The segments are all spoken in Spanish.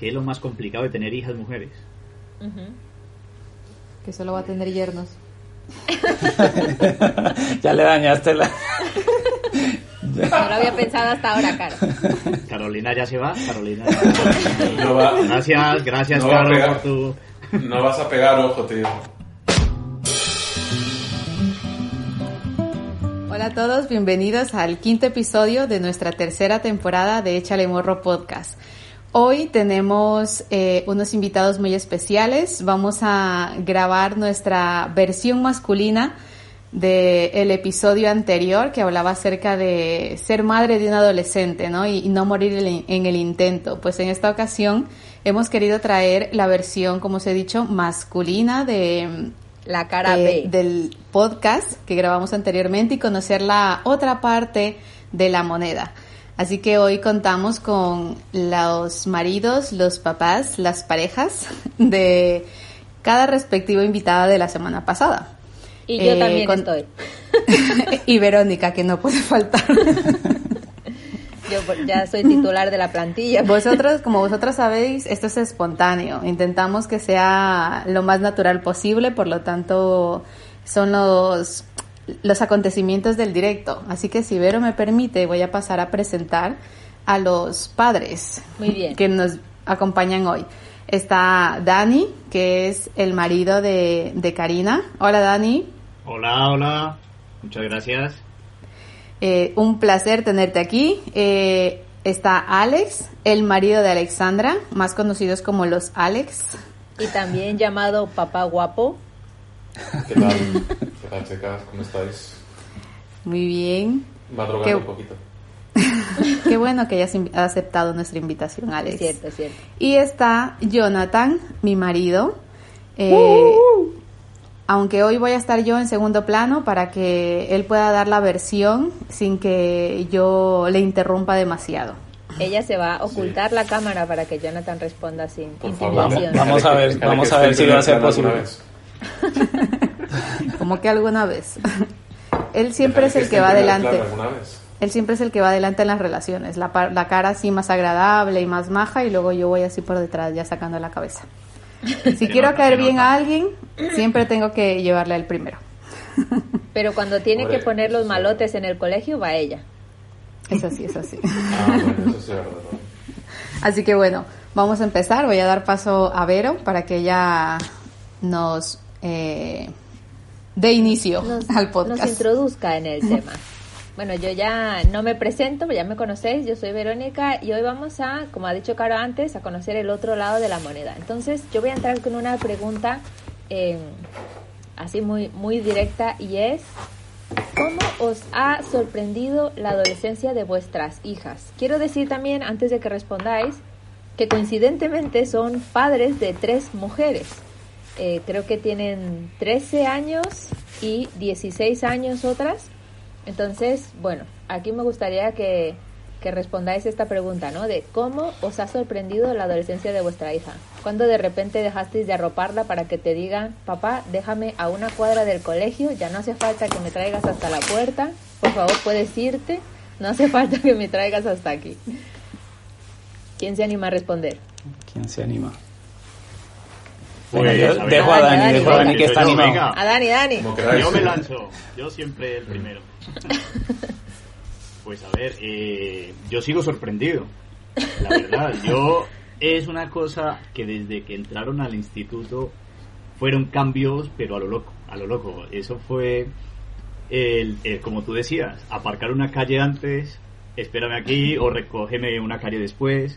¿qué es lo más complicado de tener hijas mujeres? Que solo va a tener yernos. Ya le dañaste la... No lo había pensado hasta ahora, Caro. Carolina ya se va. Carolina. No va. Gracias, No va a Caro, pegar. por tu... No vas a pegar, ojo, tío. Hola a todos, bienvenidos al 5º episodio de nuestra tercera temporada de Échale Morro Podcast. Hoy tenemos unos invitados muy especiales. Vamos a grabar nuestra versión masculina del episodio anterior que hablaba acerca de ser madre de un adolescente, ¿no? Y no morir en el intento. Pues en esta ocasión hemos querido traer la versión, como os he dicho, masculina de la cara B del podcast que grabamos anteriormente y conocer la otra parte de la moneda. Así que hoy contamos con los maridos, los papás, las parejas de cada respectivo invitada de la semana pasada. Y yo también estoy. Y Verónica, que no puede faltar. Yo ya soy titular de la plantilla. Como vosotras sabéis, esto es espontáneo. Intentamos que sea lo más natural posible, por lo tanto son los acontecimientos del directo. Así que si Vero me permite, voy a pasar a presentar a los padres. Muy bien. Que nos acompañan hoy. Está Dani, que es el marido de Karina. Hola, Dani. Hola. Muchas gracias. Un placer tenerte aquí. Está Alex, el marido de Alexandra, más conocidos como los Alex. Y también llamado papá guapo. ¿Qué tal? ¿Qué tal, chicas? ¿Cómo estáis? Muy bien. Madrugando un poquito. Qué bueno que hayas aceptado nuestra invitación, Alex. Es cierto. Y está Jonathan, mi marido. Aunque hoy voy a estar yo en segundo plano para que él pueda dar la versión sin que yo le interrumpa demasiado. Ella se va a ocultar la cámara para que Jonathan responda sin favor. intimidación. Vamos a ver si va a ser posible. Como que alguna vez. Él siempre es el que va adelante. Él siempre es el que va adelante en las relaciones. La cara así más agradable y más maja, y luego yo voy así por detrás ya sacando la cabeza. Si quiero caer bien a alguien, siempre tengo que llevarle al primero. Pero cuando tiene que poner los malotes en el colegio, va ella. Es así. Bueno, eso sí es verdad. Así que bueno, vamos a empezar. Voy a dar paso a Vero para que ella nos dé inicio al podcast. Nos introduzca en el tema. Bueno, yo ya no me presento, ya me conocéis, yo soy Verónica y hoy vamos a, como ha dicho Caro antes, a conocer el otro lado de la moneda. Entonces yo voy a entrar con una pregunta así muy directa, y es: ¿cómo os ha sorprendido la adolescencia de vuestras hijas? Quiero decir también, antes de que respondáis, que coincidentemente son padres de 3 mujeres. Creo que tienen 13 años y 16 años otras. Entonces, bueno, aquí me gustaría que respondáis esta pregunta, ¿no? De cómo os ha sorprendido la adolescencia de vuestra hija. ¿Cuándo de repente dejasteis de arroparla para que te digan: papá, déjame a una cuadra del colegio, ya no hace falta que me traigas hasta la puerta, por favor puedes irte, no hace falta que me traigas hasta aquí? ¿Quién se anima a responder? ¿Quién se anima? Pues, Yo dejo a Dani que está animado. Venga. A Dani. Yo me lanzo, yo siempre el primero. Pues a ver, yo sigo sorprendido, la verdad. Es una cosa que desde que entraron al instituto fueron cambios, pero a lo loco. Eso fue, como tú decías, aparcar una calle antes, espérame aquí, o recógeme una calle después.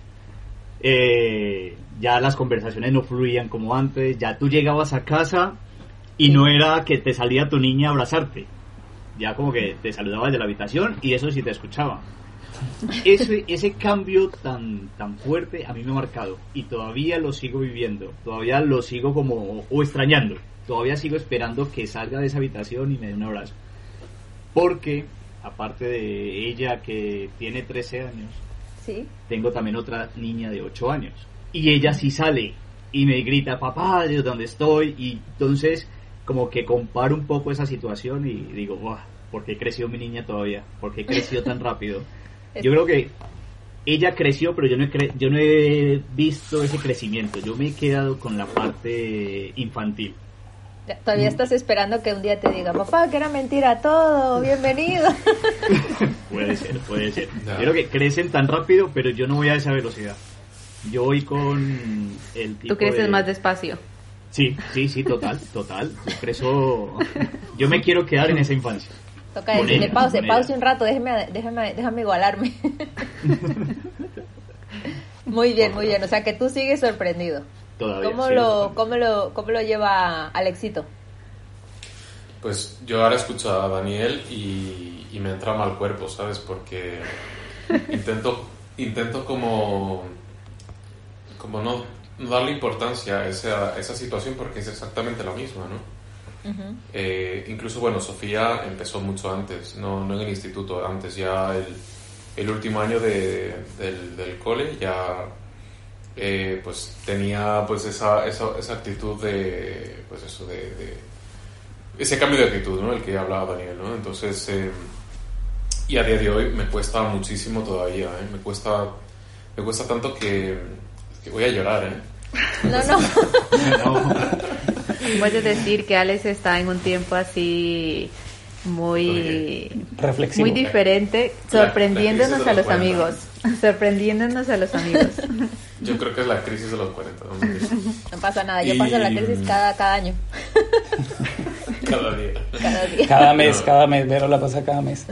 Ya las conversaciones no fluían como antes, ya tú llegabas a casa y no era que te salía tu niña a abrazarte, ya como que te saludaba desde la habitación y eso sí te escuchaba. Ese cambio tan fuerte a mí me ha marcado y todavía lo sigo viviendo, todavía lo sigo o extrañando, todavía sigo esperando que salga de esa habitación y me dé un abrazo, porque aparte de ella que tiene 13 años, ¿sí? Tengo también otra niña de 8 años y ella sí sale y me grita: papá, ¿de dónde estoy? Y entonces como que comparo un poco esa situación y digo: ¿por qué creció mi niña todavía? ¿Por qué creció tan rápido? Yo creo que ella creció, pero yo no he visto ese crecimiento. Yo me he quedado con la parte infantil. Todavía estás esperando que un día te diga, papá, que era mentira todo, bienvenido. Puede ser. No. Yo creo que crecen tan rápido, pero yo no voy a esa velocidad. Yo voy con el tipo Tú creces de... más despacio. Sí, total. Yo me quiero quedar en esa infancia. Toca Con decirle, ella, pause con ella. un rato, déjame igualarme. Muy bien, o sea que tú sigues sorprendido. Todavía. ¿Cómo sí, lo lleva Alexito? Pues yo ahora escucho a Daniel y me entra mal cuerpo, ¿sabes? Porque intento como no darle importancia a esa situación porque es exactamente la misma, ¿no? Uh-huh. Incluso, bueno, Sofía empezó mucho antes, no en el instituto, antes ya el último año del cole ya pues tenía pues esa actitud de pues eso de ese cambio de actitud, ¿no? El que hablaba Daniel, ¿no? Entonces y a día de hoy me cuesta muchísimo todavía, ¿eh? Me cuesta tanto que voy a llorar, ¿eh? No. Voy a decir que Alex está en un tiempo así muy reflexivo, muy diferente, sorprendiéndonos a los amigos. Yo creo que es la crisis de los 40, ¿no? No pasa nada, yo paso la crisis cada año. Cada día. Cada mes, Vero la pasa cada mes.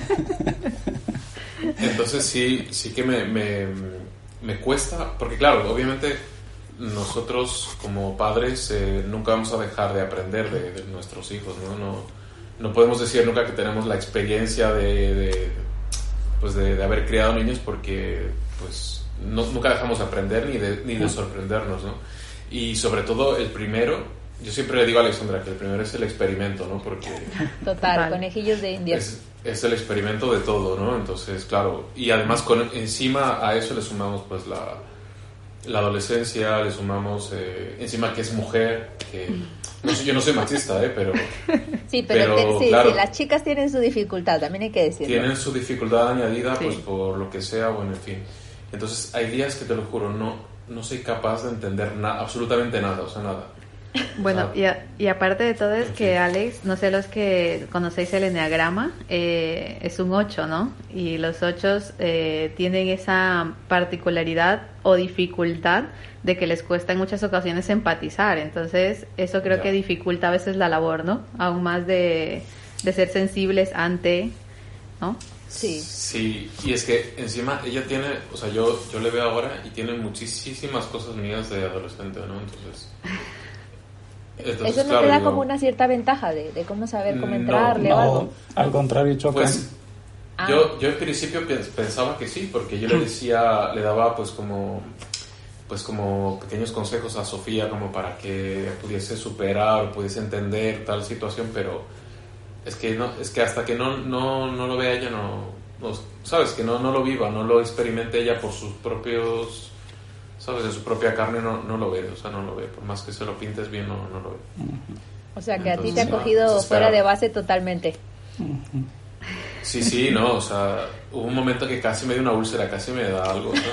Entonces sí que me cuesta, porque claro, obviamente nosotros como padres nunca vamos a dejar de aprender de nuestros hijos, ¿no? No podemos decir nunca que tenemos la experiencia de haber criado niños porque pues nunca dejamos de aprender ni de sorprendernos, ¿no? Y sobre todo el primero, yo siempre le digo a Alexandra que el primero es el experimento, ¿no? Porque Total, conejillos de India. Es el experimento de todo, ¿no? Entonces, claro, y además encima a eso le sumamos pues la adolescencia, le sumamos encima que es mujer, que yo no soy machista, pero sí, pero claro, sí, las chicas tienen su dificultad, también hay que decirlo. Tienen su dificultad añadida, sí, pues por lo que sea, bueno, en fin. Entonces hay días que te lo juro, no soy capaz de entender absolutamente nada, o sea, nada. Bueno, y aparte de todo es que Alex, no sé los que conocéis el enneagrama, es un 8, ¿no? Y los 8 tienen esa particularidad o dificultad de que les cuesta en muchas ocasiones empatizar. Entonces, eso creo que dificulta a veces la labor, ¿no? Aún más de ser sensibles ante, ¿no? Sí. Sí, y es que encima ella tiene, o sea, yo le veo ahora y tiene muchísimas cosas mías de adolescente, ¿no? Entonces eso no claro, te da como una cierta ventaja de cómo saber cómo entrarle o algo. Al contrario, choca. Pues yo en principio pensaba que sí, porque yo le daba pues como pequeños consejos a Sofía como para que pudiese superar o pudiese entender tal situación, pero es que hasta que no lo vea ella no sabes, que no lo viva, no lo experimente ella por sus propios, sabes, en su propia carne no lo ve, o sea, no lo ve, por más que se lo pintes bien no lo ve. O sea, que entonces, a ti te ha cogido fuera de base totalmente. Sí, no, o sea, hubo un momento que casi me dio una úlcera, casi me da algo, ¿no?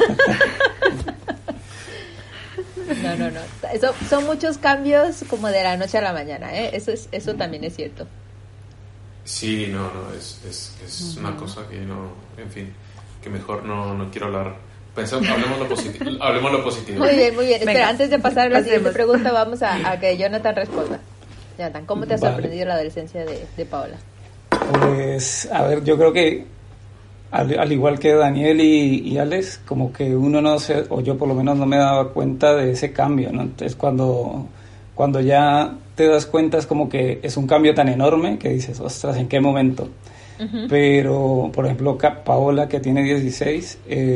No. Son muchos cambios como de la noche a la mañana, ¿eh? Eso también es cierto. Sí, es una cosa que no, en fin, que mejor no quiero hablar. Hablemos lo positivo. Muy bien. Espera, Venga, antes de pasar a la siguiente hacemos. pregunta, vamos a que Jonathan responda. Jonathan, ¿cómo te ha sorprendido la adolescencia de Paola? Pues, a ver, yo creo que al igual que Daniel y Alex, como que uno no se, o yo por lo menos no me daba cuenta de ese cambio, ¿no? Entonces cuando ya te das cuenta es como que es un cambio tan enorme que dices, ostras, ¿en qué momento? Uh-huh. Pero, por ejemplo, Paola, que tiene 16,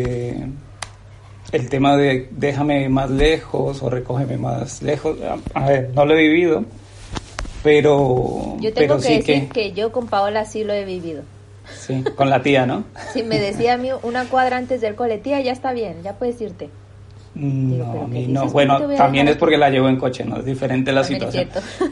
el tema de déjame más lejos o recógeme más lejos, a ver, no lo he vivido, pero yo tengo sí que decir que yo con Paola sí lo he vivido. Sí, con la tía, ¿no? Sí, me decía a mí una cuadra antes del cole, tía, ya está bien, ya puedes irte. No, a mí no. Bueno, también es porque la llevo en coche, ¿no? Es diferente la situación.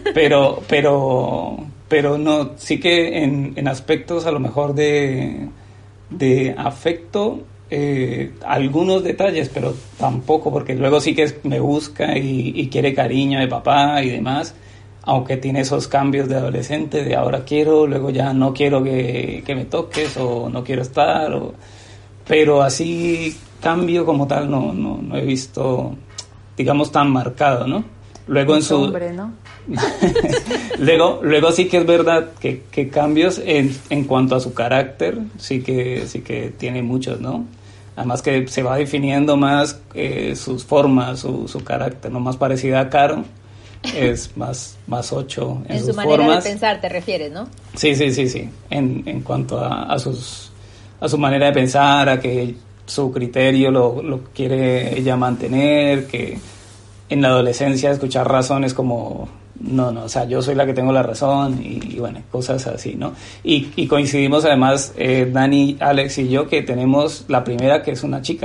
Pero no, sí que en aspectos a lo mejor de afecto, algunos detalles, pero tampoco, porque luego sí que me busca y quiere cariño de papá y demás, aunque tiene esos cambios de adolescente, de ahora quiero, luego ya no quiero que me toques o no quiero estar, pero así cambio como tal no he visto, digamos, tan marcado, ¿no? Luego en su... hombre, ¿no? luego sí que es verdad que cambios en cuanto a su carácter sí que tiene muchos, ¿no? Además que se va definiendo más sus formas, su carácter, ¿no? Más parecida a Caro, es más 8 en sus su manera formas. de pensar te refieres, ¿no? Sí. En cuanto a su manera de pensar, a que su criterio lo quiere ella mantener, que en la adolescencia escuchar razones como no, o sea, yo soy la que tengo la razón y bueno, cosas así, ¿no? Y coincidimos además, Dani, Alex y yo, que tenemos la primera que es una chica.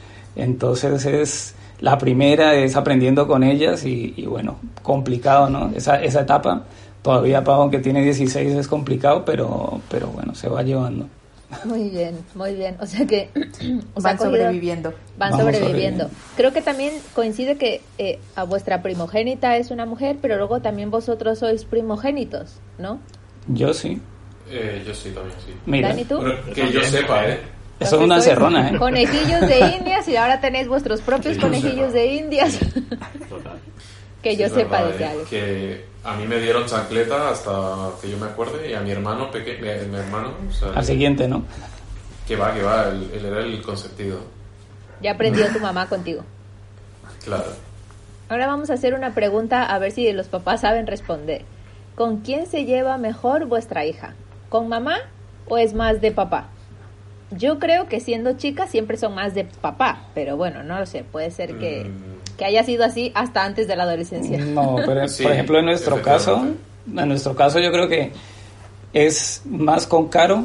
Entonces la primera es aprendiendo con ellas y bueno, complicado, ¿no? Esa etapa, todavía Pau, aunque tiene 16, es complicado, pero bueno, se va llevando. Muy bien. O sea que van sobreviviendo. Van sobreviviendo. Creo que también coincide que a vuestra primogénita es una mujer, pero luego también vosotros sois primogénitos, ¿no? Yo sí. Yo sí, también sí. Mira, Dani, ¿tú? Pero que yo sepa, Eso es una cerrona, Conejillos de indias y ahora tenéis vuestros propios Que yo conejillos sepa. de indias. Total. Que yo Es sepa, verdad, dice Alex. que a mí me dieron chancleta hasta que yo me acuerde y a mi hermano pequeño, mi hermano, o sea, al siguiente, ¿no? que va, él era el consentido. Ya aprendió tu mamá contigo. Claro. Ahora vamos a hacer una pregunta a ver si los papás saben responder. ¿Con quién se lleva mejor vuestra hija? ¿Con mamá o es más de papá? Yo creo que siendo chicas siempre son más de papá, pero bueno, no lo sé, puede ser que haya sido así hasta antes de la adolescencia. No, pero Sí, por ejemplo en nuestro caso yo creo que es más con Caro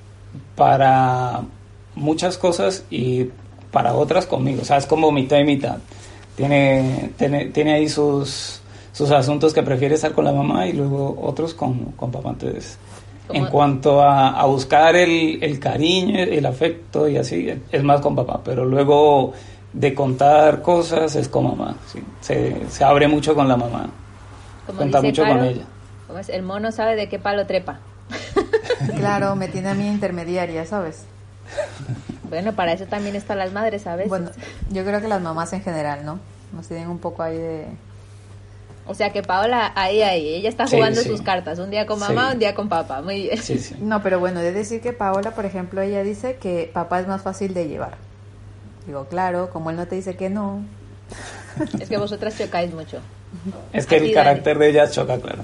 para muchas cosas y para otras conmigo, o sea, es como mitad y mitad. Tiene ahí sus asuntos que prefiere estar con la mamá y luego otros con papá. Entonces, en cuanto a buscar el cariño, el afecto y así, es más con papá, pero luego de contar cosas es con mamá, ¿sí? Se abre mucho con la mamá, Como cuenta dice mucho Caro, con ella. ¿cómo es? El mono sabe de qué palo trepa. Claro, me tiene a mí intermediaria, ¿sabes? Bueno, para eso también están las madres, ¿sabes? Bueno, yo creo que las mamás en general, ¿no? Nos tienen un poco ahí de... O sea que Paola, ahí, ella está Sí, jugando sí. sus cartas, un día con mamá, Sí. un día con papá, muy bien. Sí. No, pero bueno, de decir que Paola, por ejemplo, ella dice que papá es más fácil de llevar. Digo, claro, como él no te dice que no. Es que vosotras chocáis mucho. Es que A ti, el carácter de ella choca, claro.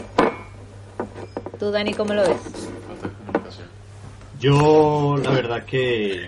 ¿Tú, Dani, cómo lo ves? Falta de comunicación. Yo, la verdad que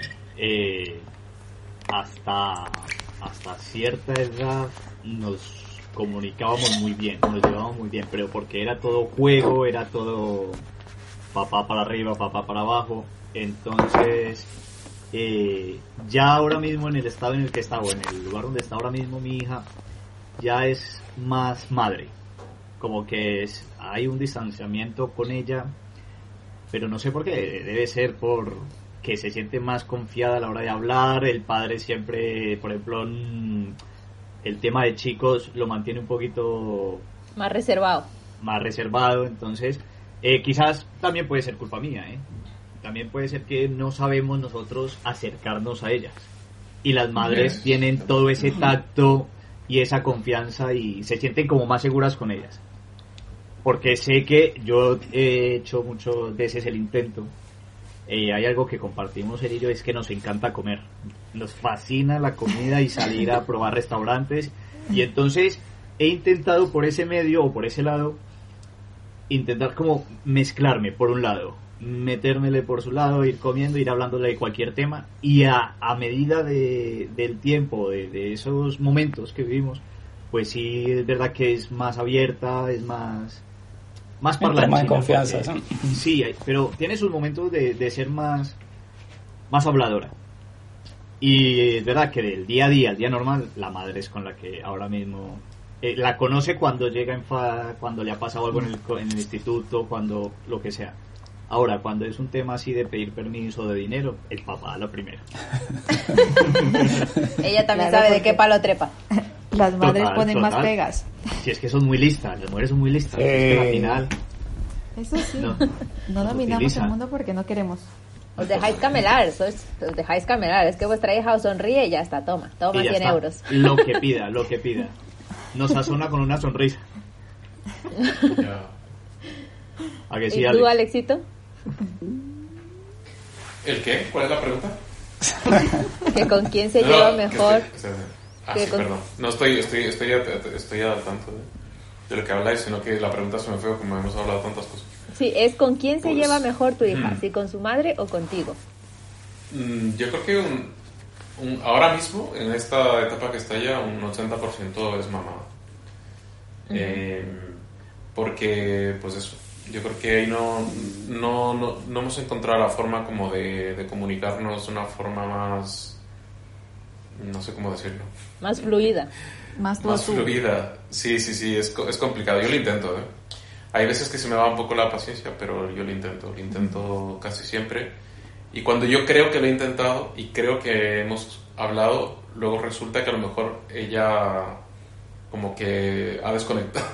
hasta cierta edad nos comunicábamos muy bien, nos llevábamos muy bien, pero porque era todo juego, era todo papá para arriba, papá para abajo. Entonces, ya ahora mismo en el estado en el que está, o en el lugar donde está ahora mismo mi hija, ya es más madre. Como que hay un distanciamiento con ella, pero no sé por qué, debe ser por que se siente más confiada a la hora de hablar. El padre siempre, por ejemplo, el tema de chicos lo mantiene un poquito Más reservado. más reservado, entonces quizás también puede ser culpa mía, también puede ser que no sabemos nosotros acercarnos a ellas, y las madres tienen todo ese tacto y esa confianza y se sienten como más seguras con ellas, porque sé que yo he hecho muchas veces el intento. Hay algo que compartimos él y yo, es que nos encanta comer, nos fascina la comida y salir a probar restaurantes, y entonces he intentado por ese medio o por ese lado intentar como mezclarme, por un lado metérmele por su lado, ir comiendo, ir hablándole de cualquier tema, y a medida del tiempo, de esos momentos que vivimos, pues sí es verdad que es más abierta, es más parlanchina, más en confianza, porque, ¿no? sí, pero tiene sus momentos de ser más habladora. Y es verdad que del día a día, el día normal, la madre es con la que ahora mismo la conoce cuando llega enfadada, cuando le ha pasado algo en el instituto, cuando lo que sea. Ahora, cuando es un tema así de pedir permiso de dinero, el papá lo primero. Ella también Claro, sabe de porque- qué palo trepa. Las madres Total, ponen más total. pegas. Si es que son muy listas, las mujeres son muy listas. Es que al final Eso sí. no, No dominamos utilizan. el mundo porque no queremos. Os dejáis camelar, os dejáis camelar. Es que vuestra hija os sonríe y ya está, toma y ya 100 está. euros. Lo que pida, lo que pida. Nos sazona con una sonrisa. Ya. ¿A que ¿Y sí, tú, Alex? Alexito? ¿El qué? ¿Cuál es la pregunta? ¿Que con quién se No, lleva que mejor? sí, con- perdón. No, estoy al tanto de lo que habláis, sino que la pregunta se me fue como hemos hablado tantas cosas. Sí, es con quién se Pues, lleva mejor tu hija, si con su madre o contigo. Yo creo que ahora mismo, en esta etapa que está ella, un 80% es mamá. Porque, pues eso, yo creo que ahí no hemos encontrado la forma como de comunicarnos de una forma más, no sé cómo decirlo, Más fluida. Más tú. más fluida. Sí, es complicado. Yo lo intento, ¿eh? Hay veces que se me va un poco la paciencia, pero yo lo intento casi siempre. Y cuando yo creo que lo he intentado y creo que hemos hablado, luego resulta que a lo mejor ella como que ha desconectado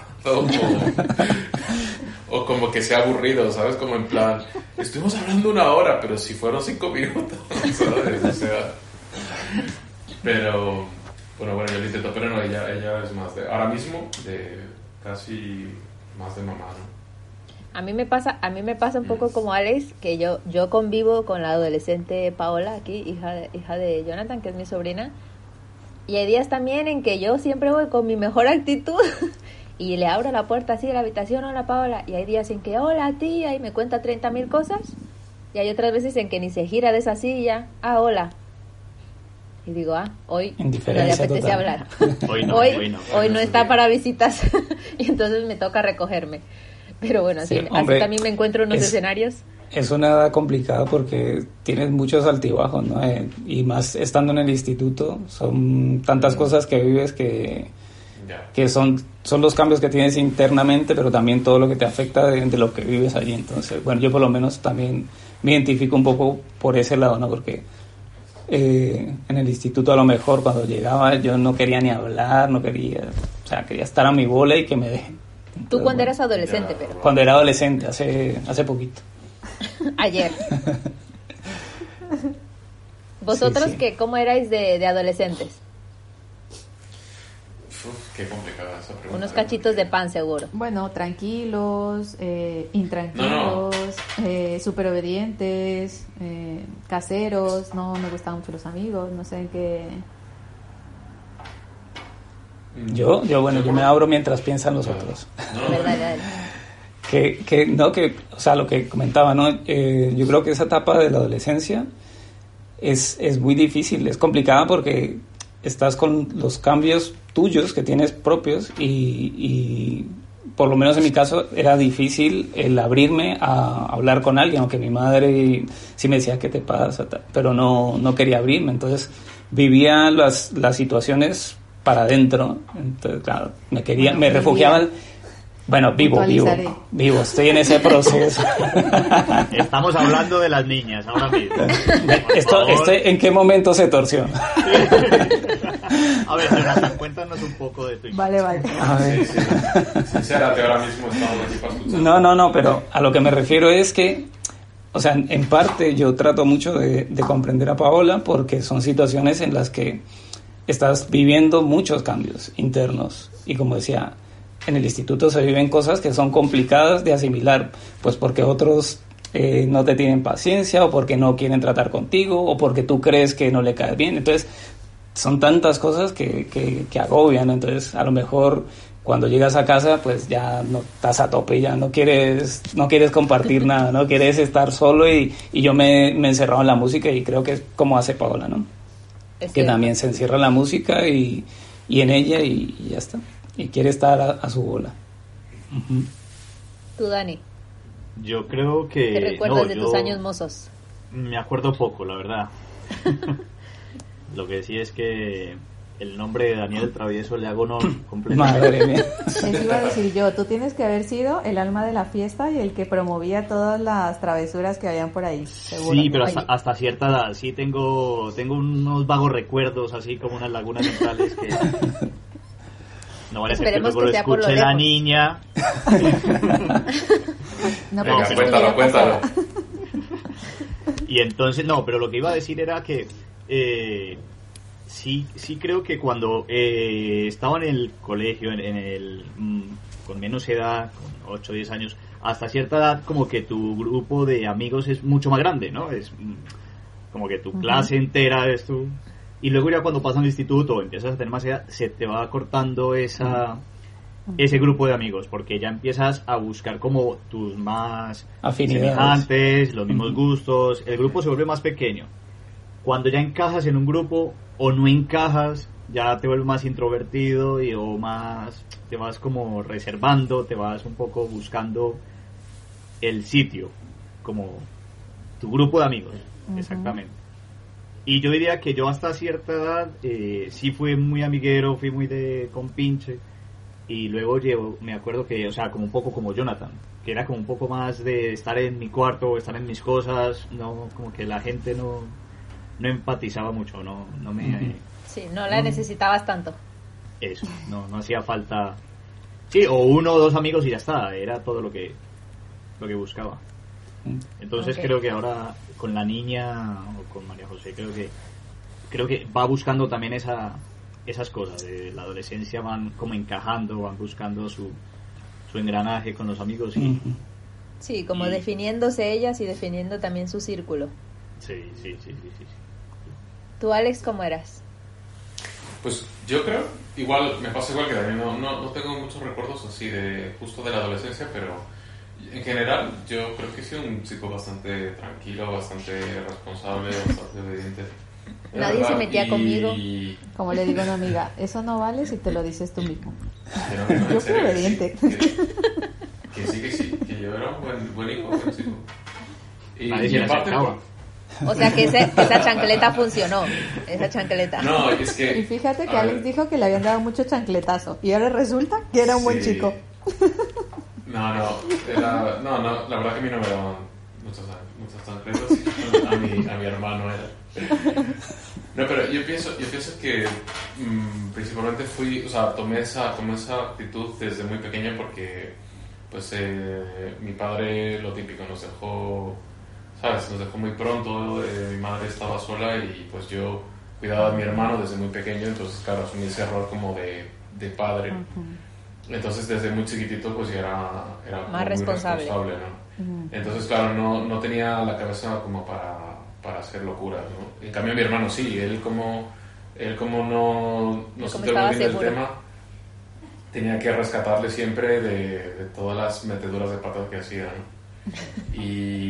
o como que se ha aburrido, ¿sabes? Como en plan, estuvimos hablando 1 hora, pero si fueron 5 minutos, ¿sabes? O sea, pero bueno, yo lo intento, pero no, ella es más de, ahora mismo, de casi más de mamá, ¿no? A mí me pasa un poco como Alex, que yo convivo con la adolescente Paola, aquí, hija de Jonathan, que es mi sobrina, y hay días también en que yo siempre voy con mi mejor actitud y le abro la puerta así de la habitación, hola Paola, y hay días en que, hola tía, y me cuenta 30.000 cosas, y hay otras veces en que ni se gira de esa silla, hola. Y digo, hoy no le Indiferencia apetece total. hablar. Hoy no. Hoy no está para visitas y entonces me toca recogerme. Pero bueno, Sí, así hombre, también me encuentro en unos es- escenarios. Es una edad complicada porque tienes muchos altibajos, ¿no? Y más estando en el instituto, son tantas cosas que vives que son los cambios que tienes internamente, pero también todo lo que te afecta de lo que vives allí. Entonces, bueno, yo por lo menos también me identifico un poco por ese lado, ¿no? Porque en el instituto a lo mejor cuando llegaba yo no quería ni hablar, quería estar a mi bola y que me dejen. Tú Entonces, cuando bueno, eras adolescente, pero cuando era adolescente, hace poquito. ayer. ¿Vosotros Sí, sí. qué? ¿Cómo erais de adolescentes? Qué complicada esa pregunta. Unos cachitos de pan, seguro. Bueno, tranquilos, intranquilos, súper obedientes, caseros, no me gustaban mucho los amigos, no sé en qué... Yo me abro mientras piensan los otros. ¿Verdad? O sea, lo que comentaba, ¿no? Yo creo que esa etapa de la adolescencia es muy difícil, es complicada porque estás con los cambios tuyos que tienes propios y por lo menos en mi caso era difícil el abrirme a hablar con alguien, aunque mi madre sí me decía ¿qué te pasa? Pero no quería abrirme, entonces vivía las situaciones para adentro, entonces claro, me refugiaba. Bueno, vivo, estoy en ese proceso. Estamos hablando de las niñas ahora mismo. ¿En qué momento se torció? A ver, Jonathan, cuéntanos un poco de tu infancia. Vale. A ver. Sincérate, ahora mismo estamos aquí para escuchar. No, pero a lo que me refiero es que, o sea, en parte yo trato mucho de comprender a Paola porque son situaciones en las que estás viviendo muchos cambios internos y como decía, en el instituto se viven cosas que son complicadas de asimilar, pues porque otros no te tienen paciencia o porque no quieren tratar contigo o porque tú crees que no le caes bien. Entonces, son tantas cosas que agobian, ¿no? Entonces, a lo mejor cuando llegas a casa, pues ya no estás a tope, ya no quieres compartir nada, no quieres estar solo y yo me he encerrado en la música y creo que es como hace Paola, ¿no? Que también se encierra en la música y en ella y ya está. Y quiere estar a su bola. Uh-huh. Tú, Dani, yo creo que... ¿qué recuerdas de tus años mozos? Me acuerdo poco, la verdad. Lo que sí es que el nombre de Daniel el Travieso le hago honor completo. Madre mía. Eso iba a decir yo, tú tienes que haber sido el alma de la fiesta y el que promovía todas las travesuras que habían por ahí, seguro. Sí, pero hasta cierta edad, sí tengo unos vagos recuerdos, así como unas lagunas mentales que... No vale ser que Esperemos luego lo que sea por lo escuche la lejos. niña. No, Venga, pero cuéntalo. Y entonces, no, pero lo que iba a decir era que sí creo que cuando estaba en el colegio, con menos edad, con 8 o 10 años, hasta cierta edad, como que tu grupo de amigos es mucho más grande, ¿no? Es como que tu clase entera es tu... Y luego ya cuando pasas al instituto o empiezas a tener más edad, se te va cortando ese grupo de amigos, porque ya empiezas a buscar como tus más Afinidades. semejantes, los mismos gustos, el grupo se vuelve más pequeño. Cuando ya encajas en un grupo o no encajas, ya te vuelves más introvertido o más te vas como reservando, te vas un poco buscando el sitio, como tu grupo de amigos, exactamente. Y yo diría que yo hasta cierta edad sí fui muy amiguero, fui muy de compinche. Y luego me acuerdo que, o sea, como un poco como Jonathan, que era como un poco más de estar en mi cuarto, estar en mis cosas, no, como que la gente no empatizaba mucho, no me... Sí, no la necesitabas tanto. Eso, no hacía falta... Sí, o 1 o 2 amigos y ya está, era todo lo que buscaba. Entonces creo que ahora con la niña o con María José creo que va buscando también esas cosas de la adolescencia, van como encajando, van buscando su engranaje con los amigos y Sí, como definiéndose ellas y definiendo también su círculo. sí. ¿Tú, Alex, cómo eras? Pues yo creo, me pasa igual que Daniel, no tengo muchos recuerdos así justo de la adolescencia, pero en general yo creo que he sido un chico bastante tranquilo, bastante responsable, bastante obediente. Nadie se metía conmigo. Como le digo a una amiga, eso no vale si te lo dices tú mismo. No, Yo fui obediente. Que sí, que yo era un buen hijo, buen chico. Nadie se le acercaba. O sea que esa chancleta funcionó, esa chancleta. No, es que... Y fíjate que Alex dijo que le habían dado mucho chancletazo y ahora resulta que era un buen chico. No, la verdad que a mí no me daban muchas chancletas, a mi hermano era. No, pero yo pienso que principalmente tomé esa actitud desde muy pequeño porque pues mi padre, lo típico, nos dejó muy pronto, mi madre estaba sola y pues yo cuidaba a mi hermano desde muy pequeño, entonces claro, asumí ese error como de padre. Entonces desde muy chiquitito pues ya era más responsable, ¿no? Entonces claro, no tenía la cabeza como para hacer locuras, ¿no? En cambio mi hermano sí, él como no se enteró muy bien del tema, tenía que rescatarle siempre de todas las meteduras de patas que hacía, ¿no?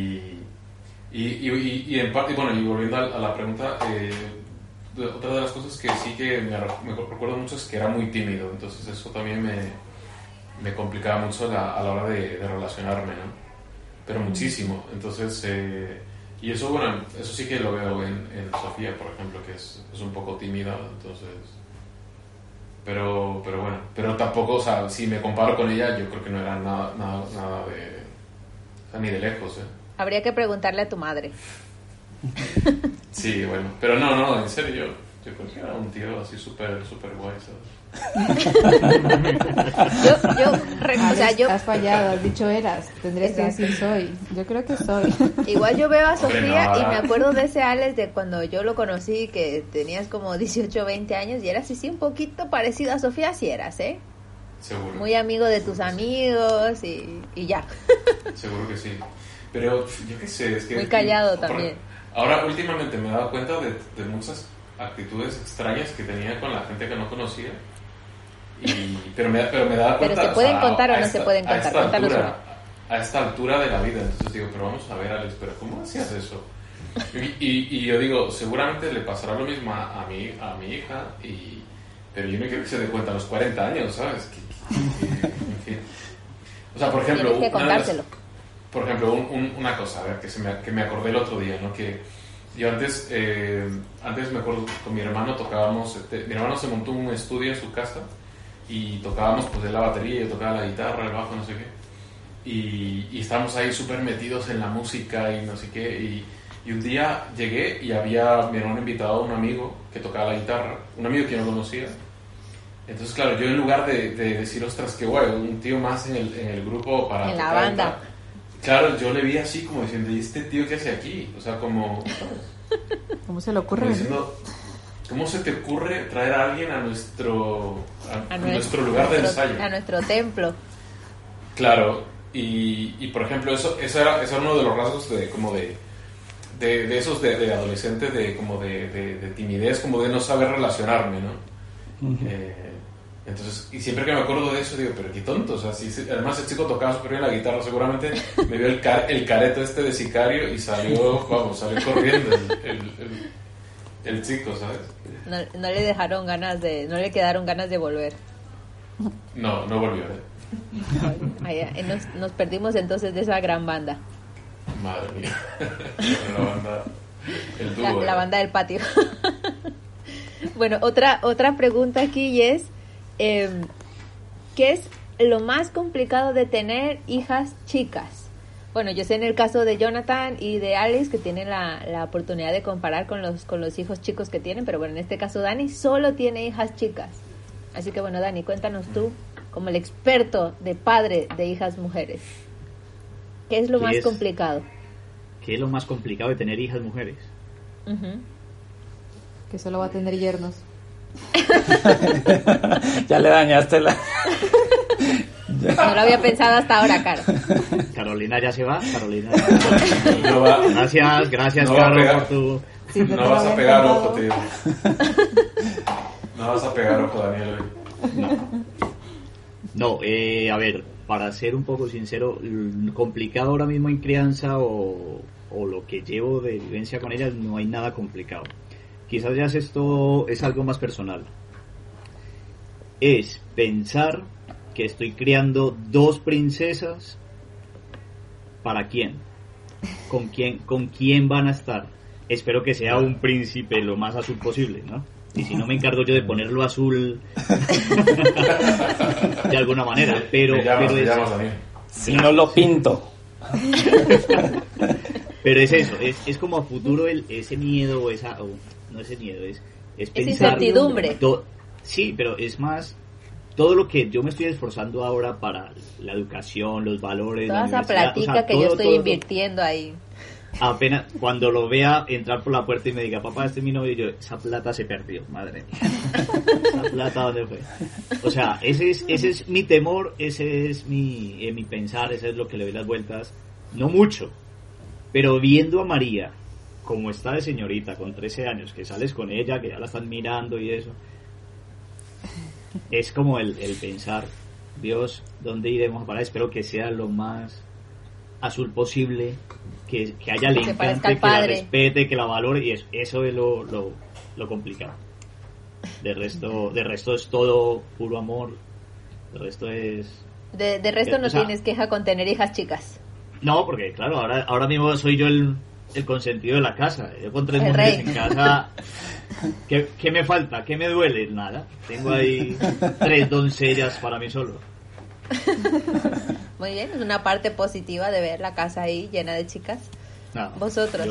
Y en parte, bueno, y volviendo a la pregunta, otra de las cosas que sí que me recuerdo mucho es que era muy tímido, entonces eso también me complicaba mucho a la hora de relacionarme, ¿no? Pero muchísimo, entonces y eso, bueno, eso sí que lo veo en Sofía, por ejemplo, que es un poco tímida, entonces pero bueno, pero tampoco, o sea, si me comparo con ella, yo creo que no era nada de, o sea, ni de lejos, Habría que preguntarle a tu madre. Sí, bueno, pero no, en serio, yo creo que era un tío así súper guay, ¿sabes? yo has fallado, has dicho eras, tendrías que decir soy. Yo creo que soy. Igual yo veo a Hombre, Sofía no, y me acuerdo de ese Alex de cuando yo lo conocí, que tenías como 18 o 20 años y eras así un poquito parecido a Sofía, si eras, Seguro. Muy amigo de tus amigos y ya. Seguro que sí. Pero yo qué sé, es que... Muy callado también. Ahora últimamente me he dado cuenta de muchas actitudes extrañas que tenía con la gente que no conocía. Pero me daba cuenta... ¿Pero se pueden contar o no se pueden contar? Cuéntanos uno. A esta altura de la vida. Entonces digo, pero vamos a ver, Alex, ¿pero cómo hacías eso? Y yo digo, seguramente le pasará lo mismo a mi hija, pero yo no quiero que se dé cuenta a los 40 años, ¿sabes? En fin. O sea, por ejemplo... Tienes que contárselo. Por ejemplo, una cosa, a ver, que me acordé el otro día, ¿no? Que Yo antes me acuerdo con mi hermano tocábamos, mi hermano se montó un estudio en su casa y tocábamos pues de la batería, yo tocaba la guitarra, el bajo, no sé qué, y estábamos ahí súper metidos en la música y no sé qué, y un día llegué y había mi hermano invitado a un amigo que tocaba la guitarra, un amigo que yo no conocía. Entonces, claro, yo en lugar de decir, ostras, qué guay, un tío más en el grupo para en tocar la banda. Claro, yo le vi así como diciendo, ¿y este tío qué hace aquí? O sea, como... ¿Cómo se le ocurre? Como diciendo, ¿cómo se te ocurre traer a alguien a nuestro lugar de ensayo? A nuestro templo. Claro, y por ejemplo, eso era uno de los rasgos de esos de adolescente, de timidez, como de no saber relacionarme, ¿no? Uh-huh. Entonces, y siempre que me acuerdo de eso digo, pero qué tonto, o sea, además el chico tocaba súper bien la guitarra, seguramente me vio el careto este de sicario y salió corriendo el chico, ¿sabes? No le dejaron no le quedaron ganas de volver. No volvió, Nos perdimos entonces de esa gran banda. Madre mía. La banda, el dúo, la banda del patio. Bueno, otra pregunta aquí es, ¿qué es lo más complicado de tener hijas chicas? Bueno, yo sé en el caso de Jonathan y de Alex que tienen la oportunidad de comparar con los hijos chicos que tienen, pero bueno, en este caso Dani solo tiene hijas chicas. Así que bueno, Dani, cuéntanos tú, como el experto de padre de hijas mujeres, ¿qué es lo más complicado? ¿Qué es lo más complicado de tener hijas mujeres? Uh-huh. Que solo va a tener yernos. Ya le dañaste la... No lo había pensado hasta ahora, Caro. Carolina ya se va. Carolina. No va. Gracias, No Caro, va por tu... Sí, no vas a pegar ojo, tío. No vas a pegar ojo, Daniel. No, a ver, para ser un poco sincero, complicado ahora mismo en crianza o lo que llevo de vivencia con ellas, no hay nada complicado. Quizás ya esto es algo más personal. Es pensar que estoy criando dos princesas. ¿Para quién? ¿Con quién van a estar? Espero que sea un príncipe lo más azul posible, ¿no? Y si no, me encargo yo de ponerlo azul de alguna manera. Pero si no lo pinto. Pero es eso, es como a futuro ese miedo, no ese miedo, es pensar... incertidumbre. Sí, pero es más, todo lo que yo me estoy esforzando ahora para la educación, los valores, toda la esa universidad, platica que yo estoy invirtiendo ahí. Apenas cuando lo vea entrar por la puerta y me diga, papá, este es mi novio, y yo, esa plata se perdió, madre mía. ¿Esa plata dónde fue? O sea, ese es mi temor, ese es mi pensar, ese es lo que le doy las vueltas. No mucho, pero viendo a María como está de señorita con 13 años, que sales con ella, que ya la están mirando y eso, es como el pensar, Dios, ¿dónde iremos a parar? Espero que sea lo más azul posible, que a ella le encante, que la respete, que la valore, y eso es lo complicado. De resto es todo puro amor. De resto es... De resto no tienes queja con tener hijas chicas. No, porque claro, ahora mismo soy yo el consentido de la casa. Yo con 3 mujeres en casa, ¿qué me falta? ¿Qué me duele? Nada. Tengo ahí 3 doncellas para mí solo. Muy bien, es una parte positiva de ver la casa ahí llena de chicas. No, vosotros.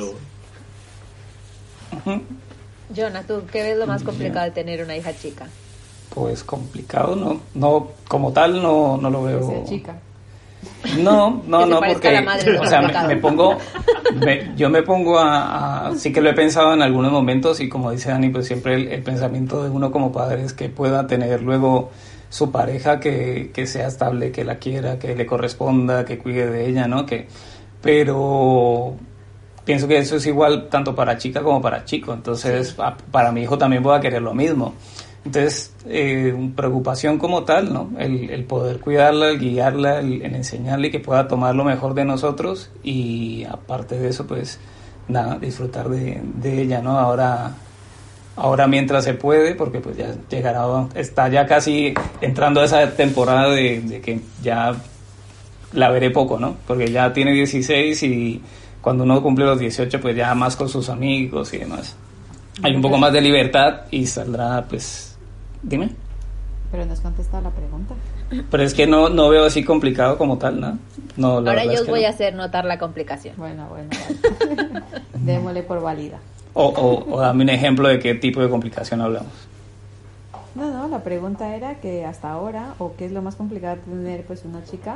Jonah, ¿tú qué ves lo más complicado de tener una hija chica? Pues complicado, no como tal no lo veo. Que sea chica. No, porque o sea, yo me pongo a sí que lo he pensado en algunos momentos y como dice Dani, pues siempre el pensamiento de uno como padre es que pueda tener luego su pareja que sea estable, que la quiera, que le corresponda, que cuide de ella, ¿no? Pero pienso que eso es igual tanto para chica como para chico, entonces sí. Para mi hijo también voy a querer lo mismo. Entonces, preocupación como tal, ¿no? El poder cuidarla, el guiarla, el enseñarle que pueda tomar lo mejor de nosotros y aparte de eso, pues nada, disfrutar de ella, ¿no? Ahora mientras se puede, porque pues ya está ya casi entrando a esa temporada de que ya la veré poco, ¿no? Porque ya tiene 16 y cuando uno cumple los 18, pues ya más con sus amigos y demás. Hay un poco más de libertad y saldrá, pues, dime. Pero no has contestado la pregunta. Pero es que no veo así complicado como tal, ¿no? No, la Ahora verdad yo es os que voy no. a hacer notar la complicación. Bueno, vale. Démosle por válida. O dame un ejemplo de qué tipo de complicación hablamos. No, la pregunta era que hasta ahora, o qué es lo más complicado de tener pues una chica,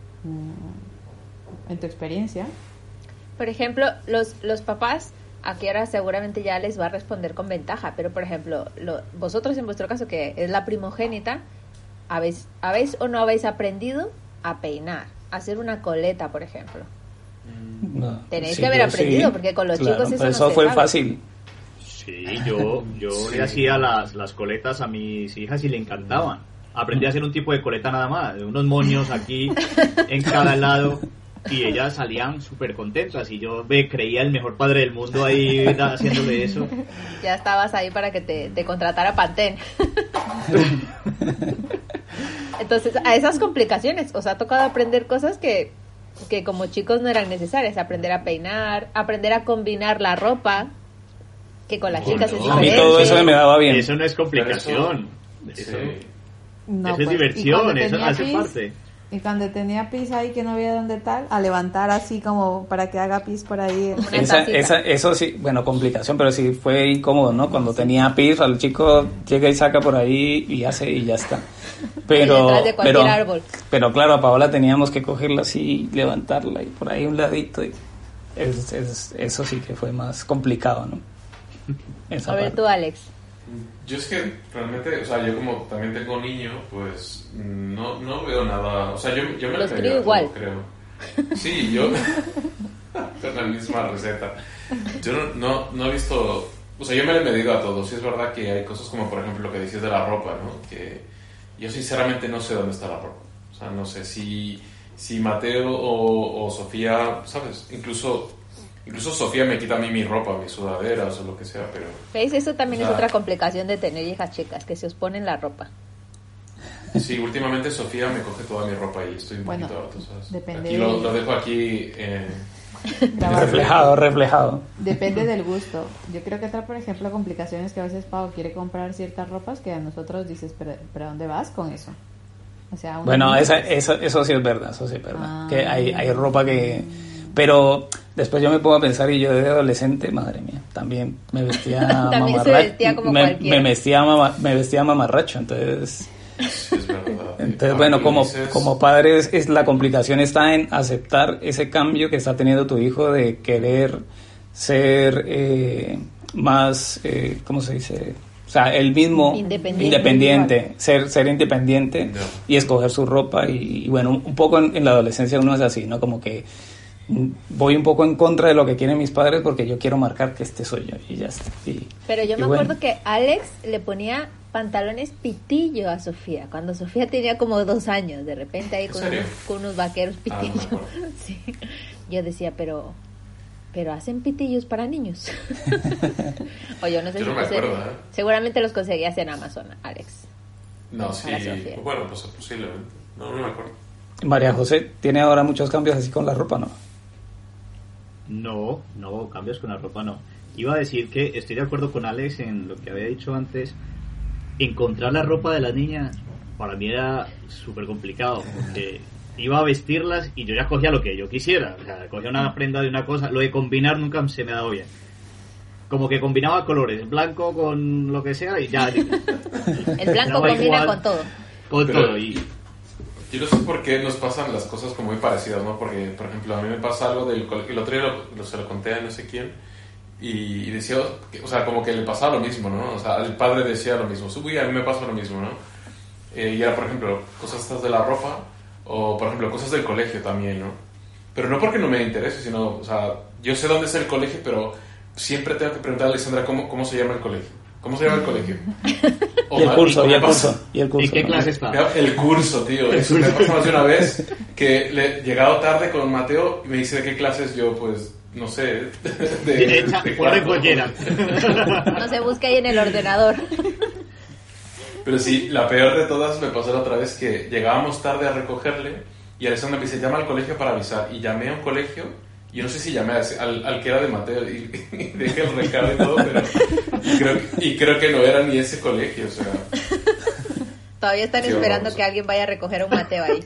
en tu experiencia. Por ejemplo, los papás, aquí ahora seguramente ya les va a responder con ventaja, pero por ejemplo, vosotros en vuestro caso, que es la primogénita, ¿habéis o no habéis aprendido a peinar, a hacer una coleta, por ejemplo? No, Tenéis sí, que haber yo aprendido, sí, porque con los claro, chicos eso pero no eso se fue sabe. fácil. Sí, yo Sí. le hacía las coletas a mis hijas y le encantaban. Aprendí a hacer un tipo de coleta nada más, unos moños aquí en cada lado, y ellas salían súper contentas, y yo me creía el mejor padre del mundo ahí haciéndole eso. Ya estabas ahí para que te contratara Pantene. Entonces, a esas complicaciones os ha tocado aprender cosas que como chicos no eran necesarias. Aprender a peinar, aprender a combinar la ropa, que con las chicas es Bueno, A mí diferente. todo eso me daba bien. Eso no es complicación. Sí. No, Eso es pues, y diversión, cuando eso tenía hace pis, parte. Y cuando tenía pis ahí que no había dónde tal, a levantar así como para que haga pis por ahí. Una tacita. Eso sí, bueno, complicación, pero sí fue incómodo, ¿no? Cuando tenía pis, al chico llega y saca por ahí y hace y ya está. Pero, detrás de cualquier árbol. pero claro, a Paola teníamos que cogerla así, levantarla y por ahí un ladito. Y eso sí que fue más complicado, ¿no? Esa A ver parte. tú, Alex. Yo es que realmente, o sea, yo como también tengo niño, pues no veo nada. O sea, yo me Los lo crío igual. creo. Sí, yo con la misma receta. Yo no he visto, o sea, yo me lo he medido a todos. Sí es verdad que hay cosas como, por ejemplo, lo que decías de la ropa, ¿no? Que yo sinceramente no sé dónde está la ropa. O sea, no sé si Mateo o Sofía, ¿sabes? Incluso Sofía me quita a mí mi ropa, mis sudaderas o lo que sea, pero... ¿Veis? Eso también O es sea, otra complicación de tener hijas chicas, que se os ponen la ropa. Sí, últimamente Sofía me coge toda mi ropa y estoy un Bueno, poquito harto, ¿sabes? depende Aquí de- lo dejo aquí... Grabar. Reflejado. Depende del gusto. Yo creo que otra, por ejemplo, complicación es que a veces Pau quiere comprar ciertas ropas que a nosotros dices, pero ¿dónde vas con eso? O sea, Bueno, eso sí es verdad, eso sí es verdad. Ah. Que hay ropa que... Pero después yo me pongo a pensar y yo de adolescente, madre mía, también me vestía También se mamarracho. vestía como cualquiera. Me vestía mamarracho, entonces... Sí, es verdad. Entonces, Ahora bueno, que lo como dices, padres, la complicación está en aceptar ese cambio que está teniendo tu hijo de querer ser más, ¿cómo se dice? O sea, él mismo Independiente. ser independiente No. y escoger su ropa y bueno, un poco en la adolescencia uno es así, ¿no? Como que voy un poco en contra de lo que quieren mis padres porque yo quiero marcar que este soy yo y ya está. Pero yo y me bueno. acuerdo que Alex le ponía pantalones pitillo a Sofía, cuando Sofía tenía como 2 años, de repente ahí ¿En con serio? unos vaqueros Ah, no me pitillo. acuerdo. Sí. Yo decía, pero hacen pitillos para niños. O yo no sé Yo si no me puse- acuerdo, seguramente los conseguías en Amazon, Alex. No, sí, Para Sofía. bueno, pues posiblemente. No me acuerdo. María José tiene ahora muchos cambios así con la ropa, ¿no? No, cambios con la ropa no. Iba a decir que estoy de acuerdo con Alex en lo que había dicho antes. Encontrar la ropa de las niñas para mí era súper complicado, porque iba a vestirlas y yo ya cogía lo que yo quisiera. O sea, cogía una prenda de una cosa. Lo de combinar nunca se me ha dado bien. Como que combinaba colores, blanco con lo que sea y ya. El blanco Daba combina igual. con todo. Con Pero- todo. Y Yo no sé por qué nos pasan las cosas como muy parecidas, ¿no? Porque, por ejemplo, a mí me pasa algo del colegio. El otro día se lo conté a no sé quién y decía, o sea, como que le pasaba lo mismo, ¿no? O sea, el padre decía lo mismo. Uy, a mí me pasa lo mismo, ¿no? Y era, por ejemplo, cosas estas de la ropa o, por ejemplo, cosas del colegio también, ¿no? Pero no porque no me interese, sino, o sea, yo sé dónde es el colegio, pero siempre tengo que preguntar a Alexandra cómo se llama el colegio. ¿Cómo se llama el colegio? O Y el ma- curso, me y el pasa- curso, y el curso. ¿en qué ¿no? clase está? El curso, tío. Eso me pasó más de una vez que le he llegado tarde con Mateo y me dice de qué clases yo, pues, no sé. Derecha, de por cuarto. cualquiera. No se busca ahí en el ordenador. Pero sí, la peor de todas me pasó la otra vez que llegábamos tarde a recogerle y Alessandra me dice, llama al colegio para avisar. Y llamé a un colegio Yo no sé si llamé al que era de Mateo y dejé el recado y todo, pero creo que no era ni ese colegio, o sea... Todavía están esperando horror. que alguien vaya a recoger a un Mateo ahí.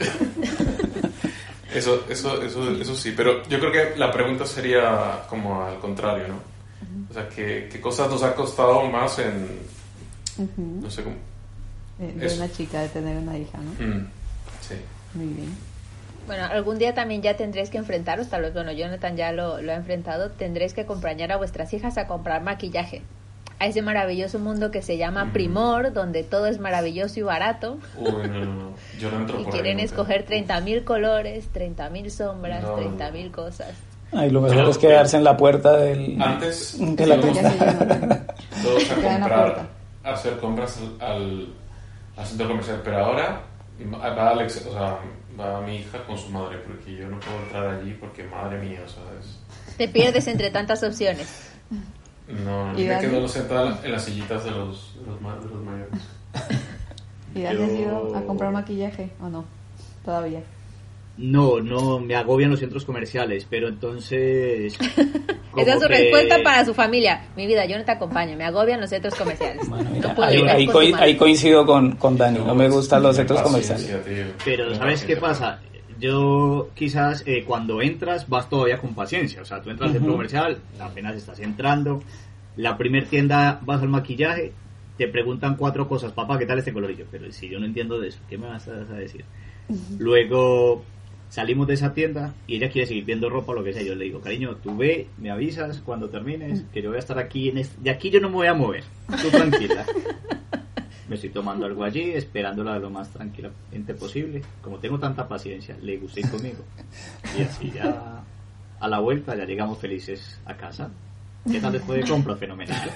Eso sí, pero yo creo que la pregunta sería como al contrario, ¿no? O sea, ¿qué cosas nos ha costado más en... No sé cómo... De Eso. una chica, de tener una hija, ¿no? Sí. Muy bien. Bueno, algún día también ya tendréis que enfrentaros, tal vez, bueno, Jonathan ya lo ha enfrentado, tendréis que acompañar a vuestras hijas a comprar maquillaje. A ese maravilloso mundo que se llama Primor, donde todo es maravilloso y barato. Uy, no. Yo no entro Y por quieren ahí nunca. escoger 30.000 colores, 30.000 sombras, No. 30.000 cosas. Ay, lo mejor Pero- es quedarse en la puerta del... Antes de la íbamos Ya se llena. todos a Queda en la comprar, puerta. a hacer compras al centro comercial, pero ahora va Alex, o sea, va mi hija con su madre, porque yo no puedo entrar allí porque madre mía, ¿sabes? Te pierdes entre tantas opciones. No, ¿Y me Dani? quedo sentada en las sillitas de los mayores. ¿Y Dani has Yo- ido a comprar maquillaje o no? Todavía. No, me agobian los centros comerciales, pero entonces... como Esa es su que- respuesta para su familia. Mi vida, yo no te acompaño, me agobian los centros comerciales. Bueno, mira, No puedo ahí, ir ahí con tu coi- madre. ahí coincido con Dani, no me gustan los centros comerciales. Paciencia, tío. Pero Tengo ¿sabes qué paciencia. pasa? Yo quizás cuando entras vas todavía con paciencia, o sea, tú entras al centro comercial, apenas estás entrando, la primer tienda vas al maquillaje, te preguntan 4 cosas, papá, ¿qué tal este colorillo? Pero si yo no entiendo de eso, ¿qué me vas a decir? Luego salimos de esa tienda y ella quiere seguir viendo ropa o lo que sea, yo le digo, cariño, tú ve, me avisas cuando termines, que yo voy a estar aquí, de aquí yo no me voy a mover, tú tranquila. Me estoy tomando algo allí, esperándola lo más tranquilamente posible. Como tengo tanta paciencia, le gusta ir conmigo. Y así ya, a la vuelta, ya llegamos felices a casa. ¿Qué tal después de compra? Fenomenal.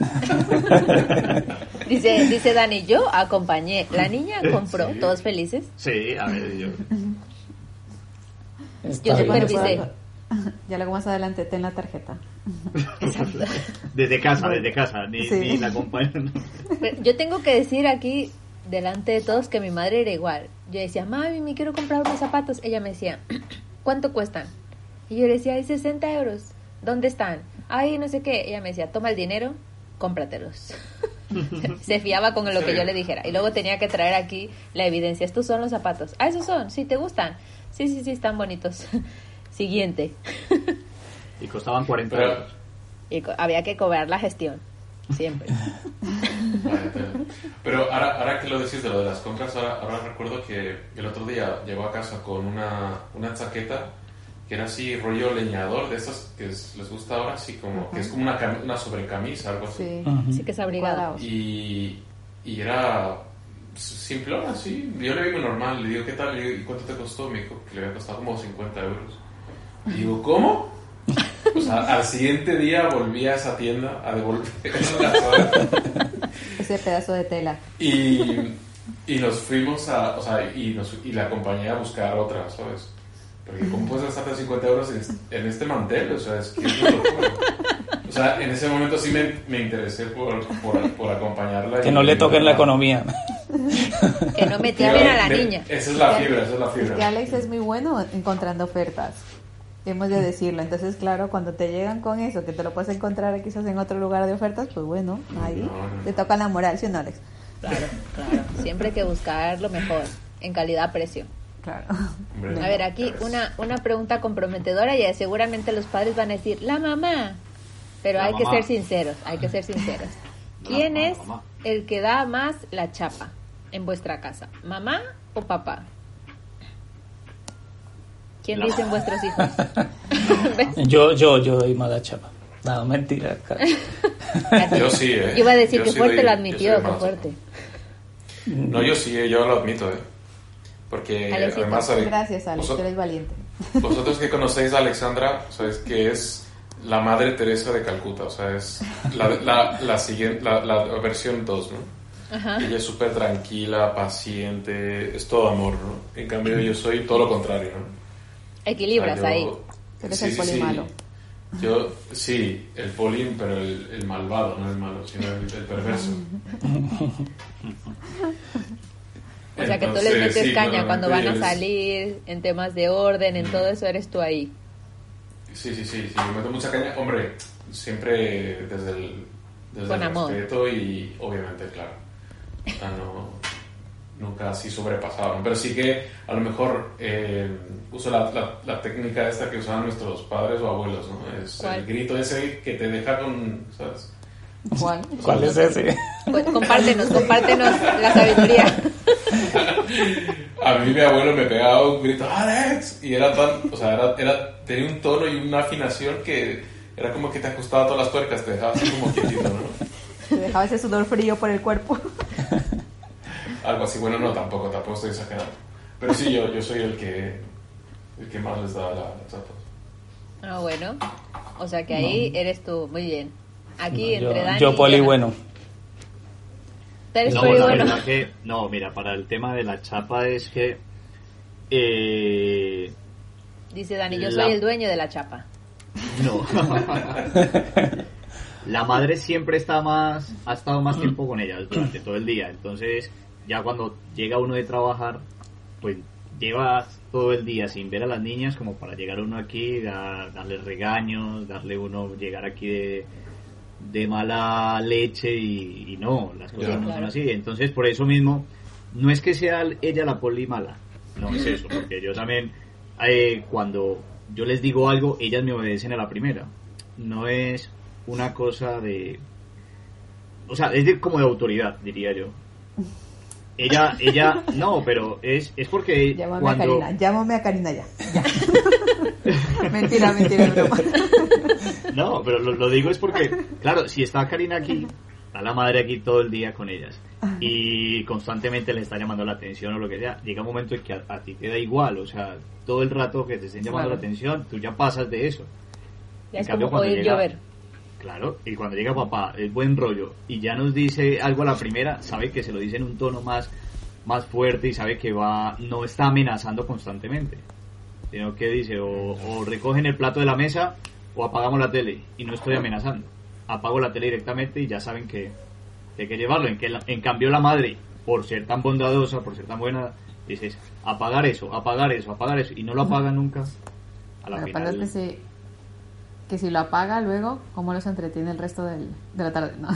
Dice Dani, yo acompañé. La niña compró, Sí. todos felices. Sí, a ver, yo... Está Yo bien. supervisé. Ya luego más adelante, ten la tarjeta. Desde casa, ni, Sí. ni la acompaño. Pero yo tengo que decir aquí, delante de todos, que mi madre era igual. Yo decía, mami, me quiero comprar unos zapatos. Ella me decía, ¿cuánto cuestan? Y yo le decía, ay, 60 euros. ¿Dónde están? Ay, no sé qué. Ella me decía, toma el dinero, cómpratelos. Se fiaba con lo que yo le dijera. Y luego tenía que traer aquí la evidencia. Estos son los zapatos. Ah, esos son. Sí, ¿te gustan? Sí, están bonitos. Siguiente. Y costaban 40 Pero- euros. Y había que cobrar la gestión. Siempre. Vale, pero ahora que lo decís de lo de las compras, ahora recuerdo que el otro día llegó a casa con una chaqueta que era así rollo leñador, de esas que les gusta ahora, así como que es como una sobrecamisa, algo así. Sí. Ujú. Sí que es abrigado. Cuadrados. Y era simplón, así. Yo le vi muy normal, le digo, ¿qué tal? Le digo, ¿y cuánto te costó? Me dijo que le había costado como 50 euros. Y digo, ¿cómo? O sea, al siguiente día volví a esa tienda a devolver Ese pedazo de tela. y nos fuimos a, o sea, y la acompañé a buscar otra, ¿sabes? Porque ¿cómo puedes gastarte 50 euros en este mantel? O sea, es que es una locura. O sea, en ese momento sí me interesé por acompañarla. Que no le toquen la economía. Que no me tiren a la Pero niña. Esa es la fibra, esa es la Es que fibra. Alex es muy bueno encontrando ofertas. Hemos de decirlo. Entonces, claro, cuando te llegan con eso, que te lo puedes encontrar quizás en otro lugar de ofertas, pues bueno, ahí No. te toca la moral, ¿sí o no, Alex? Claro. Siempre hay que buscar lo mejor, en calidad-precio. Claro. Hombre, A ver, aquí una pregunta comprometedora y seguramente los padres van a decir, la mamá. Pero La hay que mamá. ser sinceros, hay que ser sinceros. La ¿Quién mamá, es mamá. el que da más la chapa en vuestra casa? ¿Mamá o papá? ¿Quién La dicen mamá. vuestros hijos? ¿Ves? Yo doy mala chapa. No, mentira. Yo sí, Yo iba a decir Yo que sí fuerte doy- lo yo admitió, soy que más. fuerte. No, yo sí, yo lo admito, Porque Alexito, además, ¿sabes? Gracias, Alex, tú eres valiente. Vosotros que conocéis a Alexandra, sabéis que es la Madre Teresa de Calcuta, o sea, es la siguiente, la versión 2, ¿no? Ajá. Ella es súper tranquila, paciente, es todo amor, ¿no? En cambio yo soy todo lo contrario, ¿no? Equilibras O sea, ahí. Eres el poli malo. Yo, sí, el polín, pero el malvado, no el malo, sino el perverso. O sea que tú Entonces, les metes sí, caña cuando van a claramente salir, en temas de orden, en todo eso eres tú ahí. Sí, yo meto mucha caña. Hombre, siempre desde el respeto y obviamente, claro. Nunca así sobrepasado, ¿no? Pero sí que a lo mejor uso la técnica esta que usaban nuestros padres o abuelos, ¿no? Es ¿cuál? El grito ese que te deja con, ¿sabes? ¿Cuál es ese? Pues compártenos la sabiduría. A mí mi abuelo me pegaba un grito, ¡Alex! Y era tan, o sea, tenía un tono y una afinación que era como que te ajustaba todas las tuercas, te dejaba así como quietito, ¿no? Te dejaba ese sudor frío por el cuerpo. Algo así, bueno, no, tampoco estoy exagerando. Pero sí, yo soy el que más les da la chapa. Bueno, o sea que ahí eres tú, muy bien. Aquí No, entre Dani yo poli y bueno. Eres No, poli la bueno. verdad que, no, mira, para el tema de la chapa es que Dice Dani, yo soy el dueño de la chapa. no. La madre siempre ha estado más tiempo con ellas durante todo el día. Entonces, ya cuando llega uno de trabajar, pues llevas todo el día sin ver a las niñas como para llegar uno aquí, darles regaños, llegar aquí de mala leche y no, las cosas no son así. Entonces, por eso mismo, no es que sea ella la poli mala, no es eso, porque yo también, cuando yo les digo algo, ellas me obedecen a la primera. No es una cosa de... O sea, es como de autoridad, diría yo. Ella no, pero es porque Llámame a Karina ya. Mentira, broma. No, pero lo digo es porque, claro, si está Karina aquí, está la madre aquí todo el día con ellas y constantemente les está llamando la atención o lo que sea, llega un momento en que a ti te da igual, o sea, todo el rato que te estén llamando la atención, tú ya pasas de eso. Ya En es cambio, como cuando oír llega- llover. Claro, y cuando llega papá, es buen rollo, y ya nos dice algo a la primera, sabe que se lo dice en un tono más fuerte y sabe que no está amenazando constantemente, sino que dice o recogen el plato de la mesa o apagamos la tele, y no estoy amenazando, apago la tele directamente y ya saben que hay que llevarlo. En cambio la madre, por ser tan bondadosa, por ser tan buena, dices apagar eso, y no lo apaga nunca. A la Lo que pasa final... es que si lo apaga luego, ¿cómo los entretiene el resto de la tarde? No.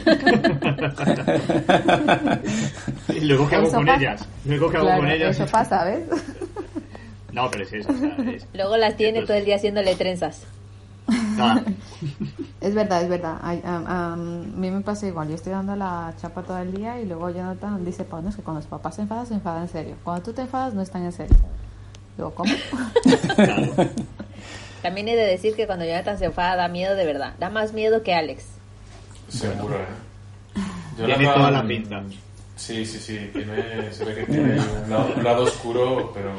Y luego, ¿qué hago Eso con pasa. ellas? Eso pasa, ¿ves? No, pero es eso, o sea, Luego las tiene entonces- todo el día haciéndole trenzas. Ah, Es verdad. A mí me pasa igual. Yo estoy dando la chapa todo el día y luego Jonathan dice, pues no, es que cuando los papás se enfadan en serio. Cuando tú te enfadas, no están en serio. Digo, ¿cómo? claro. También he de decir que cuando Jonathan se enfada da miedo de verdad. Da más miedo que Alex. Seguro, Tiene toda la pinta. Sí, se ve que tiene un lado oscuro, pero...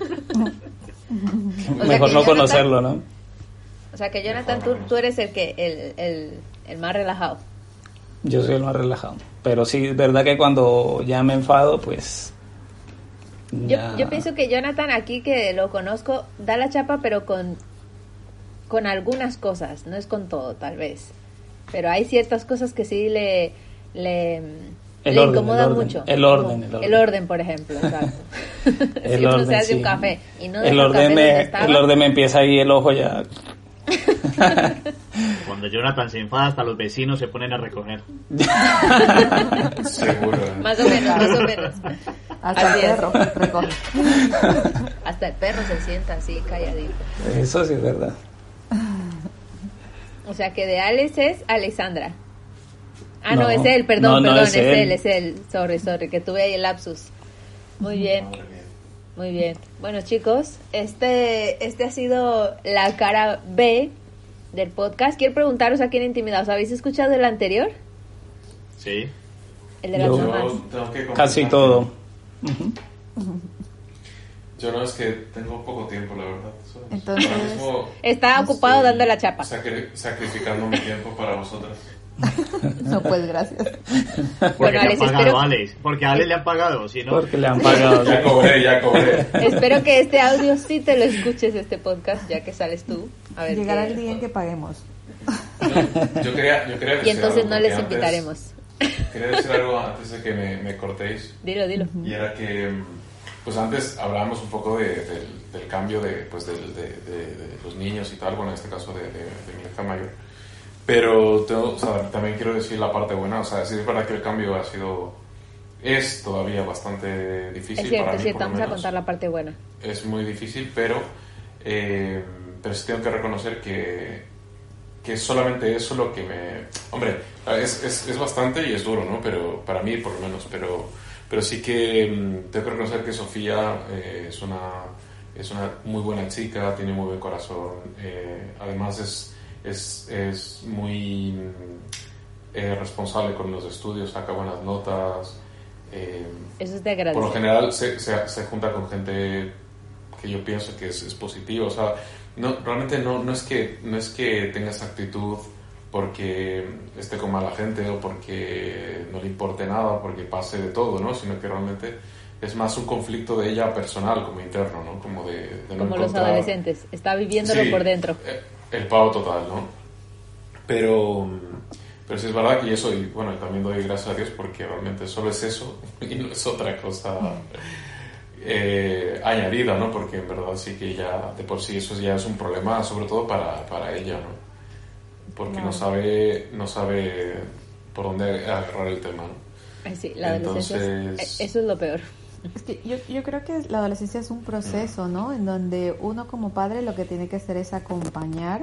sea Mejor que no Jonathan- conocerlo, ¿no? O sea que Jonathan, tú eres el más relajado. Yo soy el más relajado. Pero sí, es verdad que cuando ya me enfado, pues... Yo pienso que Jonathan, aquí que lo conozco, da la chapa, pero con algunas cosas, no es con todo, tal vez. Pero hay ciertas cosas que sí le incomodan mucho. El orden, por ejemplo, exacto. El Si uno orden, se hace sí. un café y no el deja orden café donde estaba, el orden me empieza ahí el ojo ya. Cuando Jonathan se enfada, hasta los vecinos se ponen a recoger. Seguro. más o menos. Hasta Así el es. perro recoge. Hasta el perro se sienta así, calladito. Eso sí es verdad. O sea que de Alex es Alexandra. Ah, No, no, es él, perdón, no, es es él. Sorry, que tuve ahí el lapsus. Muy bien. Madre mía. Muy bien. Bueno, chicos, este ha sido la cara B del podcast. Quiero preguntaros aquí en Intimidados, ¿habéis escuchado el anterior? Sí. El de las Yo- mamás. Yo tengo que confesar Casi que todo. Yo no, es que tengo poco tiempo, la verdad. ¿sabes? Entonces- Ahora mismo Está ocupado estoy dando la chapa. sacrificando mi tiempo para vosotras. No, pues gracias. Porque Bueno, le Alex, han pagado espero- a Alex. Porque a Alex le han pagado, si no... Porque le han pagado. Ya cobré. Espero que este audio sí te lo escuches, este podcast, ya que sales tú. A ver Llegará qué- el día en que paguemos. Yo quería decir Y entonces algo, no porque les antes- invitaremos. Quería decir algo antes de que me cortéis. Dilo. Y era que pues antes hablábamos un poco del cambio de los niños y tal, bueno, en este caso de mi hija mayor, pero también quiero decir la parte buena, o sea, sí es verdad que el cambio es todavía bastante difícil. Es cierto, para mí, es cierto, por lo vamos a menos. contar la parte buena. Es muy difícil, pero sí tengo que reconocer que solamente eso lo que me... Hombre, es bastante y es duro, ¿no? Pero para mí, por lo menos, pero sí que tengo que reconocer que Sofía es una muy buena chica, tiene muy buen corazón, además es muy responsable con los estudios, saca buenas notas. Eso es de agradecer. Por lo general se junta con gente que yo pienso que es positivo, o sea, realmente no es que tenga esa actitud porque esté con mala gente o porque no le importe nada, porque pase de todo, ¿no? Sino que realmente es más un conflicto de ella personal, como interno, ¿no? Como de no como encontrar... los adolescentes, está viviéndolo Sí, por dentro. El pavo total, ¿no? Pero sí es verdad que eso, y bueno, también doy gracias a Dios porque realmente solo es eso y no es otra cosa añadida, ¿no? Porque en verdad sí que ya de por sí eso ya es un problema, sobre todo para ella, ¿no? Porque no sabe por dónde agarrar el tema, ¿no? Ay, sí, la adolescencia eso es lo peor. Es que yo creo que la adolescencia es un proceso, ¿no? En donde uno como padre lo que tiene que hacer es acompañar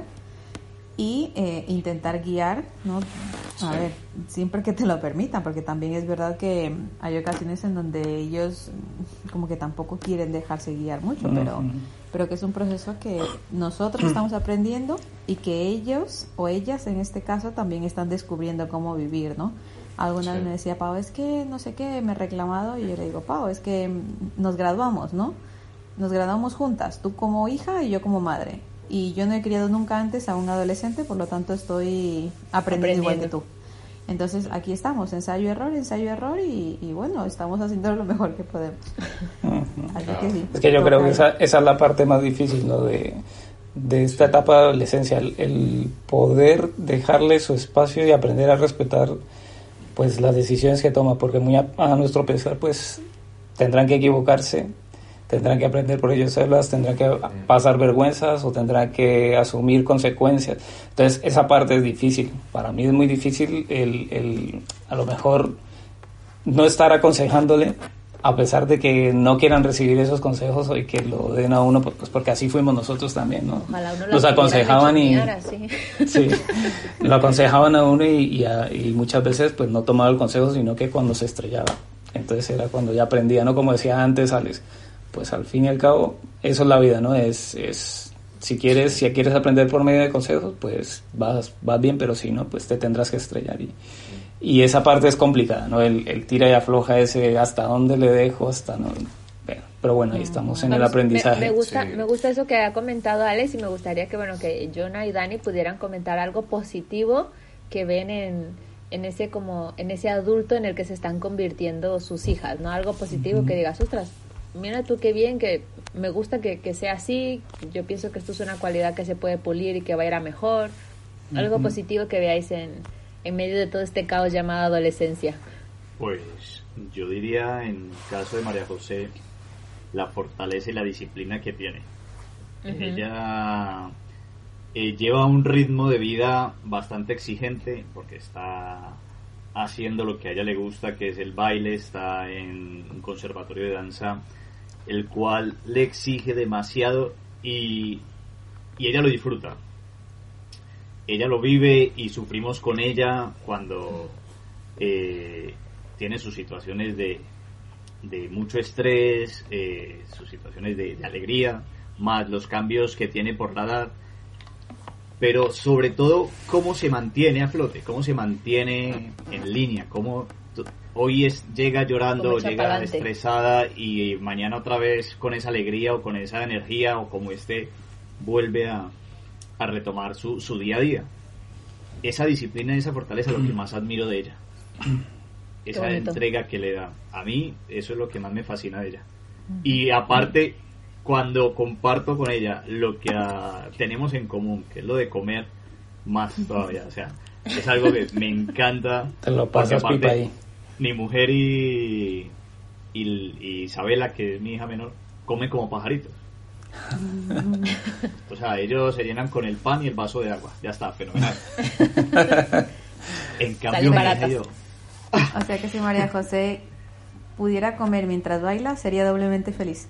y intentar guiar, ¿no? A ver, siempre que te lo permitan, porque también es verdad que hay ocasiones en donde ellos como que tampoco quieren dejarse guiar mucho, pero que es un proceso que nosotros estamos aprendiendo y que ellos o ellas en este caso también están descubriendo cómo vivir, ¿no? Alguna vez me decía Pau, es que no sé qué, me he reclamado, y yo le digo, Pau, es que nos graduamos, ¿no? Nos graduamos juntas, tú como hija y yo como madre. Y yo no he criado nunca antes a un adolescente, por lo tanto estoy aprendiendo igual que tú. Entonces aquí estamos, ensayo-error, y bueno, estamos haciendo lo mejor que podemos. Así que sí. Es que yo creo que esa es la parte más difícil, ¿no? De esta etapa de adolescencia, el poder dejarle su espacio y aprender a respetar pues las decisiones que toma, porque muy a nuestro pesar pues tendrán que equivocarse, tendrán que aprender por ellos solas, tendrán que pasar vergüenzas o tendrán que asumir consecuencias. Entonces esa parte es difícil. Para mí es muy difícil el a lo mejor no estar aconsejándole a pesar de que no quieran recibir esos consejos y que lo den a uno, pues porque así fuimos nosotros también, ¿no? Ojalá uno nos aconsejaban sí, lo aconsejaban a uno y muchas veces pues no tomaba el consejo, sino que cuando se estrellaba. Entonces era cuando ya aprendía, ¿no? Como decía antes Alex, pues al fin y al cabo eso es la vida, ¿no? Si quieres aprender por medio de consejos, pues vas bien, pero si no, pues te tendrás que estrellar. Y esa parte es complicada, ¿no? El tira y afloja ese hasta dónde le dejo, hasta no. Pero bueno, ahí estamos en el aprendizaje. Me gusta eso que ha comentado Alex, y me gustaría que Jonah y Dani pudieran comentar algo positivo que ven en ese adulto en el que se están convirtiendo sus hijas, ¿no? Algo positivo que digas, ostras, mira tú qué bien, que me gusta que sea así, yo pienso que esto es una cualidad que se puede pulir y que va a ir a mejor. Algo positivo que veáis en medio de todo este caos llamado adolescencia. Pues yo diría, en el caso de María José, la fortaleza y la disciplina que tiene. Ella lleva un ritmo de vida bastante exigente porque está haciendo lo que a ella le gusta, que es el baile, está en un conservatorio de danza, el cual le exige demasiado y ella lo disfruta. Ella lo vive y sufrimos con ella cuando tiene sus situaciones de mucho estrés, sus situaciones de alegría, más los cambios que tiene por la edad, pero sobre todo cómo se mantiene a flote, cómo se mantiene en línea, cómo hoy llega llorando, llega estresada y mañana otra vez con esa alegría o con esa energía o como vuelve a retomar su día a día. Esa disciplina y esa fortaleza es lo que más admiro de ella. Esa entrega que le da. A mí eso es lo que más me fascina de ella. Y aparte, cuando comparto con ella lo que tenemos en común, que es lo de comer, más todavía. O sea, es algo que me encanta. Te lo pasas pipa ahí. Mi mujer y y Isabela, que es mi hija menor, comen como pajaritos. O sea, ellos se llenan con el pan y el vaso de agua. Ya está, fenomenal. En cambio, yo... O sea que si María José pudiera comer mientras baila, sería doblemente feliz.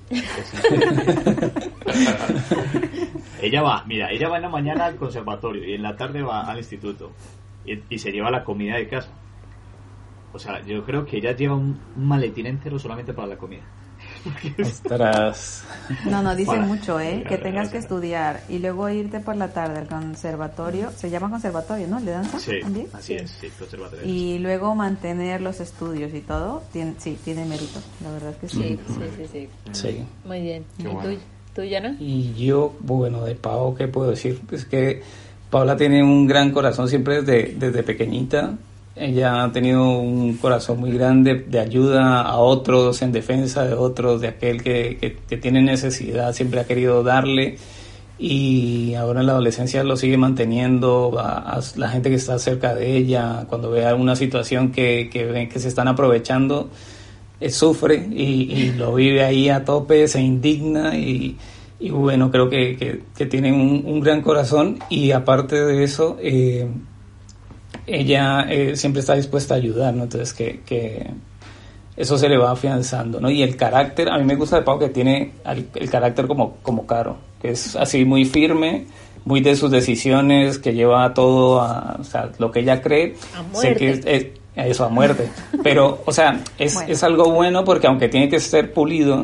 Ella va en la mañana al conservatorio y en la tarde va al instituto y se lleva la comida de casa. O sea, yo creo que ella lleva un maletín entero solamente para la comida. Ostras. No, dice mucho, que tengas que estudiar y luego irte por la tarde al conservatorio. Se llama conservatorio, ¿no? ¿Le danza? Sí, ¿también? así es, sí, conservatorio. Y luego mantener los estudios y todo, tiene mérito, la verdad es que sí. Sí. Muy bien. ¿Y bueno. tú, Yana? Y yo, bueno, de Pau, ¿qué puedo decir? Es que Paula tiene un gran corazón siempre desde pequeñita. Ella ha tenido un corazón muy grande de ayuda a otros, en defensa de otros, de aquel que tiene necesidad, siempre ha querido darle, y ahora en la adolescencia lo sigue manteniendo a la gente que está cerca de ella. Cuando ve alguna situación que ven que se están aprovechando, sufre y lo vive ahí a tope, se indigna y bueno, creo que tiene un gran corazón, y aparte de eso... ella siempre está dispuesta a ayudar, ¿no? Entonces que eso se le va afianzando, ¿no? Y el carácter, a mí me gusta de Pau que tiene el carácter como Caro, que es así muy firme, muy de sus decisiones, que lleva todo o sea, lo que ella cree. A muerte. Sé que eso, a muerte. Pero, o sea, es algo bueno porque aunque tiene que ser pulido,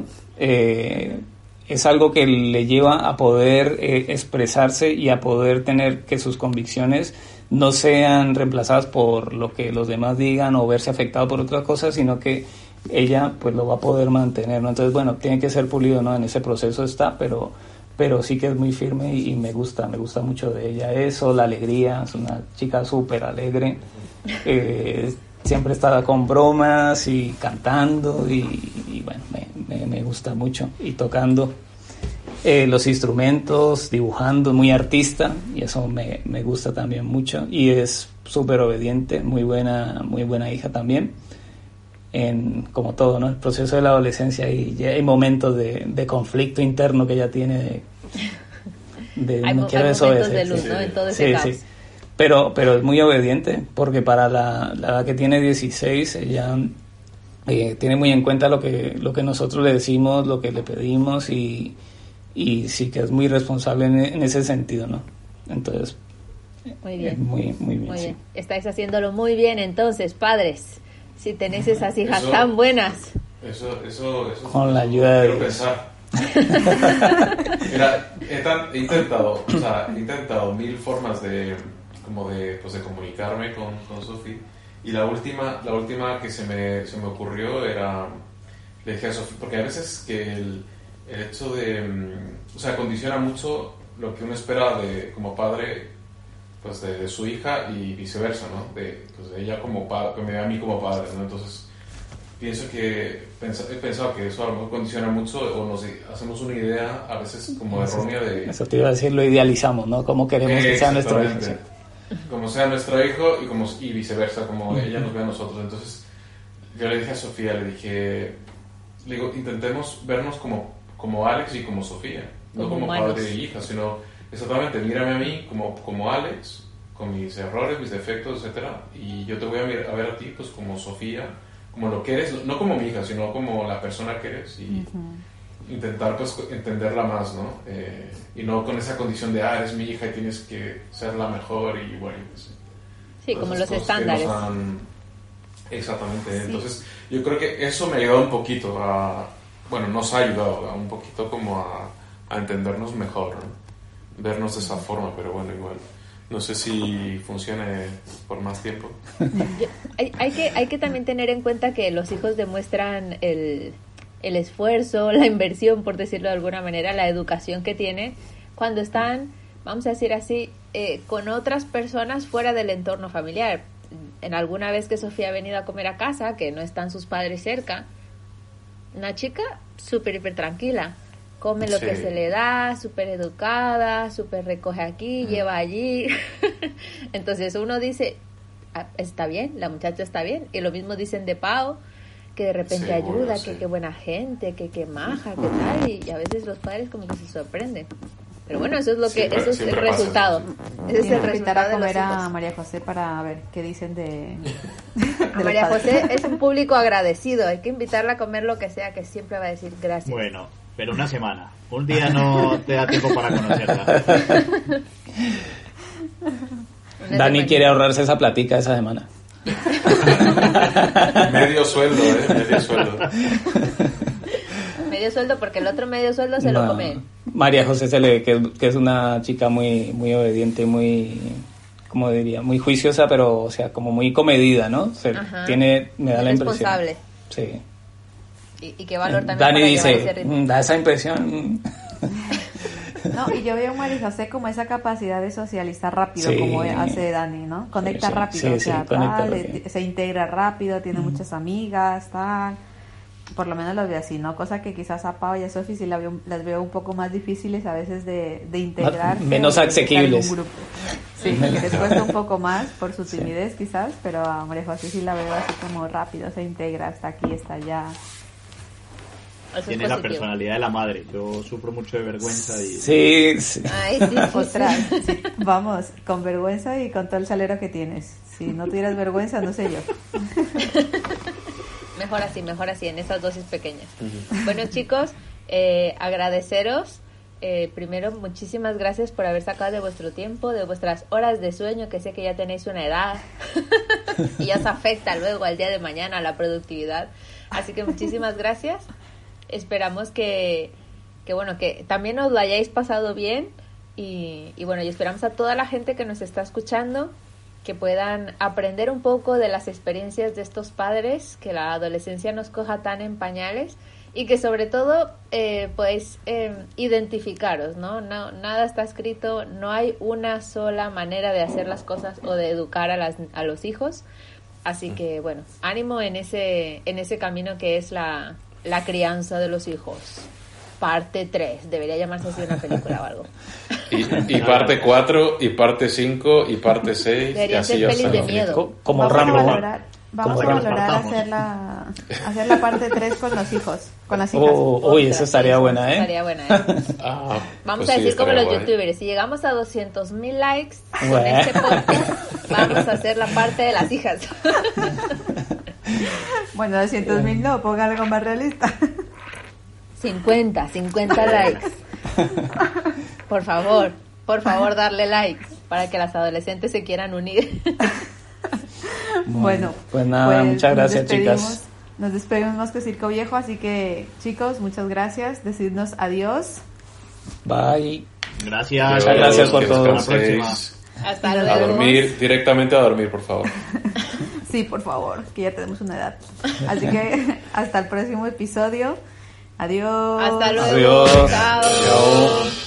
es algo que le lleva a poder expresarse y a poder tener que sus convicciones no sean reemplazadas por lo que los demás digan o verse afectado por otras cosas, sino que ella pues lo va a poder mantener, ¿no? Entonces, bueno, tiene que ser pulido, ¿no? En ese proceso está, pero sí que es muy firme y me gusta mucho de ella eso, la alegría, es una chica súper alegre, siempre está con bromas y cantando y bueno, me gusta mucho, y tocando los instrumentos, dibujando, muy artista, y eso me gusta también mucho, y es súper obediente, muy buena hija también, como todo, ¿no? El proceso de la adolescencia, y ya hay momentos de conflicto interno que ella tiene hay momentos de luz, ¿no? En todo ese caos. Sí. Pero es muy obediente, porque para la edad que tiene 16, ella tiene muy en cuenta lo que nosotros le decimos, lo que le pedimos, y sí que es muy responsable en ese sentido, ¿no? Entonces, muy bien. Muy bien. Muy sí. bien. Estáis haciéndolo muy bien, entonces, padres. Si tenéis esas hijas tan buenas. Eso con la ayuda de quiero pensar. Mira, he intentado mil formas de comunicarme con Sofi, y la última que se me ocurrió era, le dije a Sofi, porque a veces que el hecho de, condiciona mucho lo que uno espera como padre, pues de su hija, y viceversa, ¿no? De ella como padre, que me ve a mí como padre, ¿no? Entonces he pensado que eso a lo mejor condiciona mucho, o nos hacemos una idea a veces como errónea de... Eso te iba a decir, lo idealizamos, ¿no? Como queremos que sea nuestro hijo. ¿Sí? Como sea nuestro hijo, y viceversa, como ella nos ve a nosotros. Entonces yo le dije a Sofía, le digo, intentemos vernos como Alex y como Sofía, no como padre e hija, sino exactamente, mírame a mí como Alex, con mis errores, mis defectos, etcétera, y yo te voy a ver a ti pues como Sofía, como lo que eres, no como mi hija, sino como la persona que eres, y intentar pues entenderla más, ¿no? Y no con esa condición de eres mi hija y tienes que ser la mejor, y bueno, pues, sí, como los estándares. Exactamente. Sí. Entonces yo creo que eso me ha ayudado un poquito nos ha ayudado un poquito como a entendernos mejor, ¿no? Vernos de esa forma, pero bueno, igual no sé si funcione por más tiempo. Hay que también tener en cuenta que los hijos demuestran el esfuerzo, la inversión, por decirlo de alguna manera, la educación que tienen cuando están, vamos a decir así, con otras personas fuera del entorno familiar. En alguna vez que Sofía ha venido a comer a casa, que no están sus padres cerca, una chica súper hiper tranquila, come lo que se le da, súper educada, súper recoge aquí, lleva allí. Entonces uno dice, está bien, la muchacha está bien, y lo mismo dicen de Pau, que de repente Seguro, ayuda, sí. que buena gente, que maja, que tal, y a veces los padres como que se sorprenden. Pero bueno, eso es lo que, Siempre- eso es el siempre pasa, resultado. sí. Ese es Tienes el que invitar a resultado de los comer a hijos. María José para ver qué dicen de A María José es un público agradecido, hay que invitarla a comer lo que sea, que siempre va a decir gracias. Bueno, pero una semana. Un día no te da tiempo para conocerla. Una Dani semana. quiere ahorrarse esa platica esa semana. Medio sueldo, medio sueldo. Medio sueldo, porque el otro medio sueldo se lo No. come él. María José se le que es una chica muy muy obediente, muy, como diría, muy juiciosa, pero o sea, como muy comedida, ¿no? Ajá. Me da la impresión. Responsable. Sí. Y qué valor también Dani para llevar ese dice, ritmo. da esa impresión. No, y yo veo a María José como esa capacidad de socializar rápido, Sí. como hace Dani, ¿no? Conecta Sí, sí. rápido, Sí, o sea, sí, conecta tal, rápido. se integra rápido, tiene muchas amigas, tal. Por lo menos lo veo así, ¿no? Cosa que quizás a Pau y a Sofi sí las veo un poco más difíciles a veces de integrar. Menos o de estar en un asequibles. grupo. Sí, que les cuesta un poco más por su timidez quizás, pero a María José sí la veo así como rápido, se integra, está aquí, está allá. Eso es Tiene la positivo. personalidad de la madre. Yo sufro mucho de vergüenza y... Sí, sí. Ay, sí, sí, Ostras, sí. sí, vamos, con vergüenza y con todo el salero que tienes. Si no tuvieras vergüenza, no sé yo. Mejor así, en esas dosis pequeñas. Bueno, chicos, agradeceros. Primero, muchísimas gracias por haber sacado de vuestro tiempo, de vuestras horas de sueño, que sé que ya tenéis una edad y ya os afecta luego al día de mañana la productividad. Así que muchísimas gracias. Esperamos que bueno, que también os lo hayáis pasado bien y bueno, y esperamos a toda la gente que nos está escuchando que puedan aprender un poco de las experiencias de estos padres, que la adolescencia nos coja tan en pañales y que sobre todo podéis identificaros, ¿no? Nada está escrito, no hay una sola manera de hacer las cosas o de educar a los hijos, así que bueno, ánimo en ese camino que es la crianza de los hijos. Parte 3, debería llamarse así una película o algo. Y parte 4, y parte 5, y parte 6, y Deberían así ser ya pelis está. de miedo. Como vamos Rambo. a valorar, vamos Como a Rambo. valorar hacer la parte 3 con los hijos, con las hijas. Uy, eso estaría buena, ¿eh? Estaría buena, Ah, Vamos pues a sí, decir como estaría los guay. youtubers, si llegamos a 200,000 likes con Bueno. este podcast, vamos a hacer la parte de las hijas. Bueno, 200,000 no, ponga algo más realista. 50 likes. Por favor, darle likes para que las adolescentes se quieran unir. Bueno, pues nada, muchas nos gracias, despedimos. chicas. Nos despedimos más que Circo Viejo, así que chicos, muchas gracias. Decidnos adiós. Bye. Gracias. Muchas gracias por Que todo. Hasta la próxima. descanséis. Hasta Y nos luego. A dormir, directamente a dormir, por favor. Sí, por favor, que ya tenemos una edad. Así que hasta el próximo episodio. Adiós. Hasta luego. Adiós. Chao. Chao.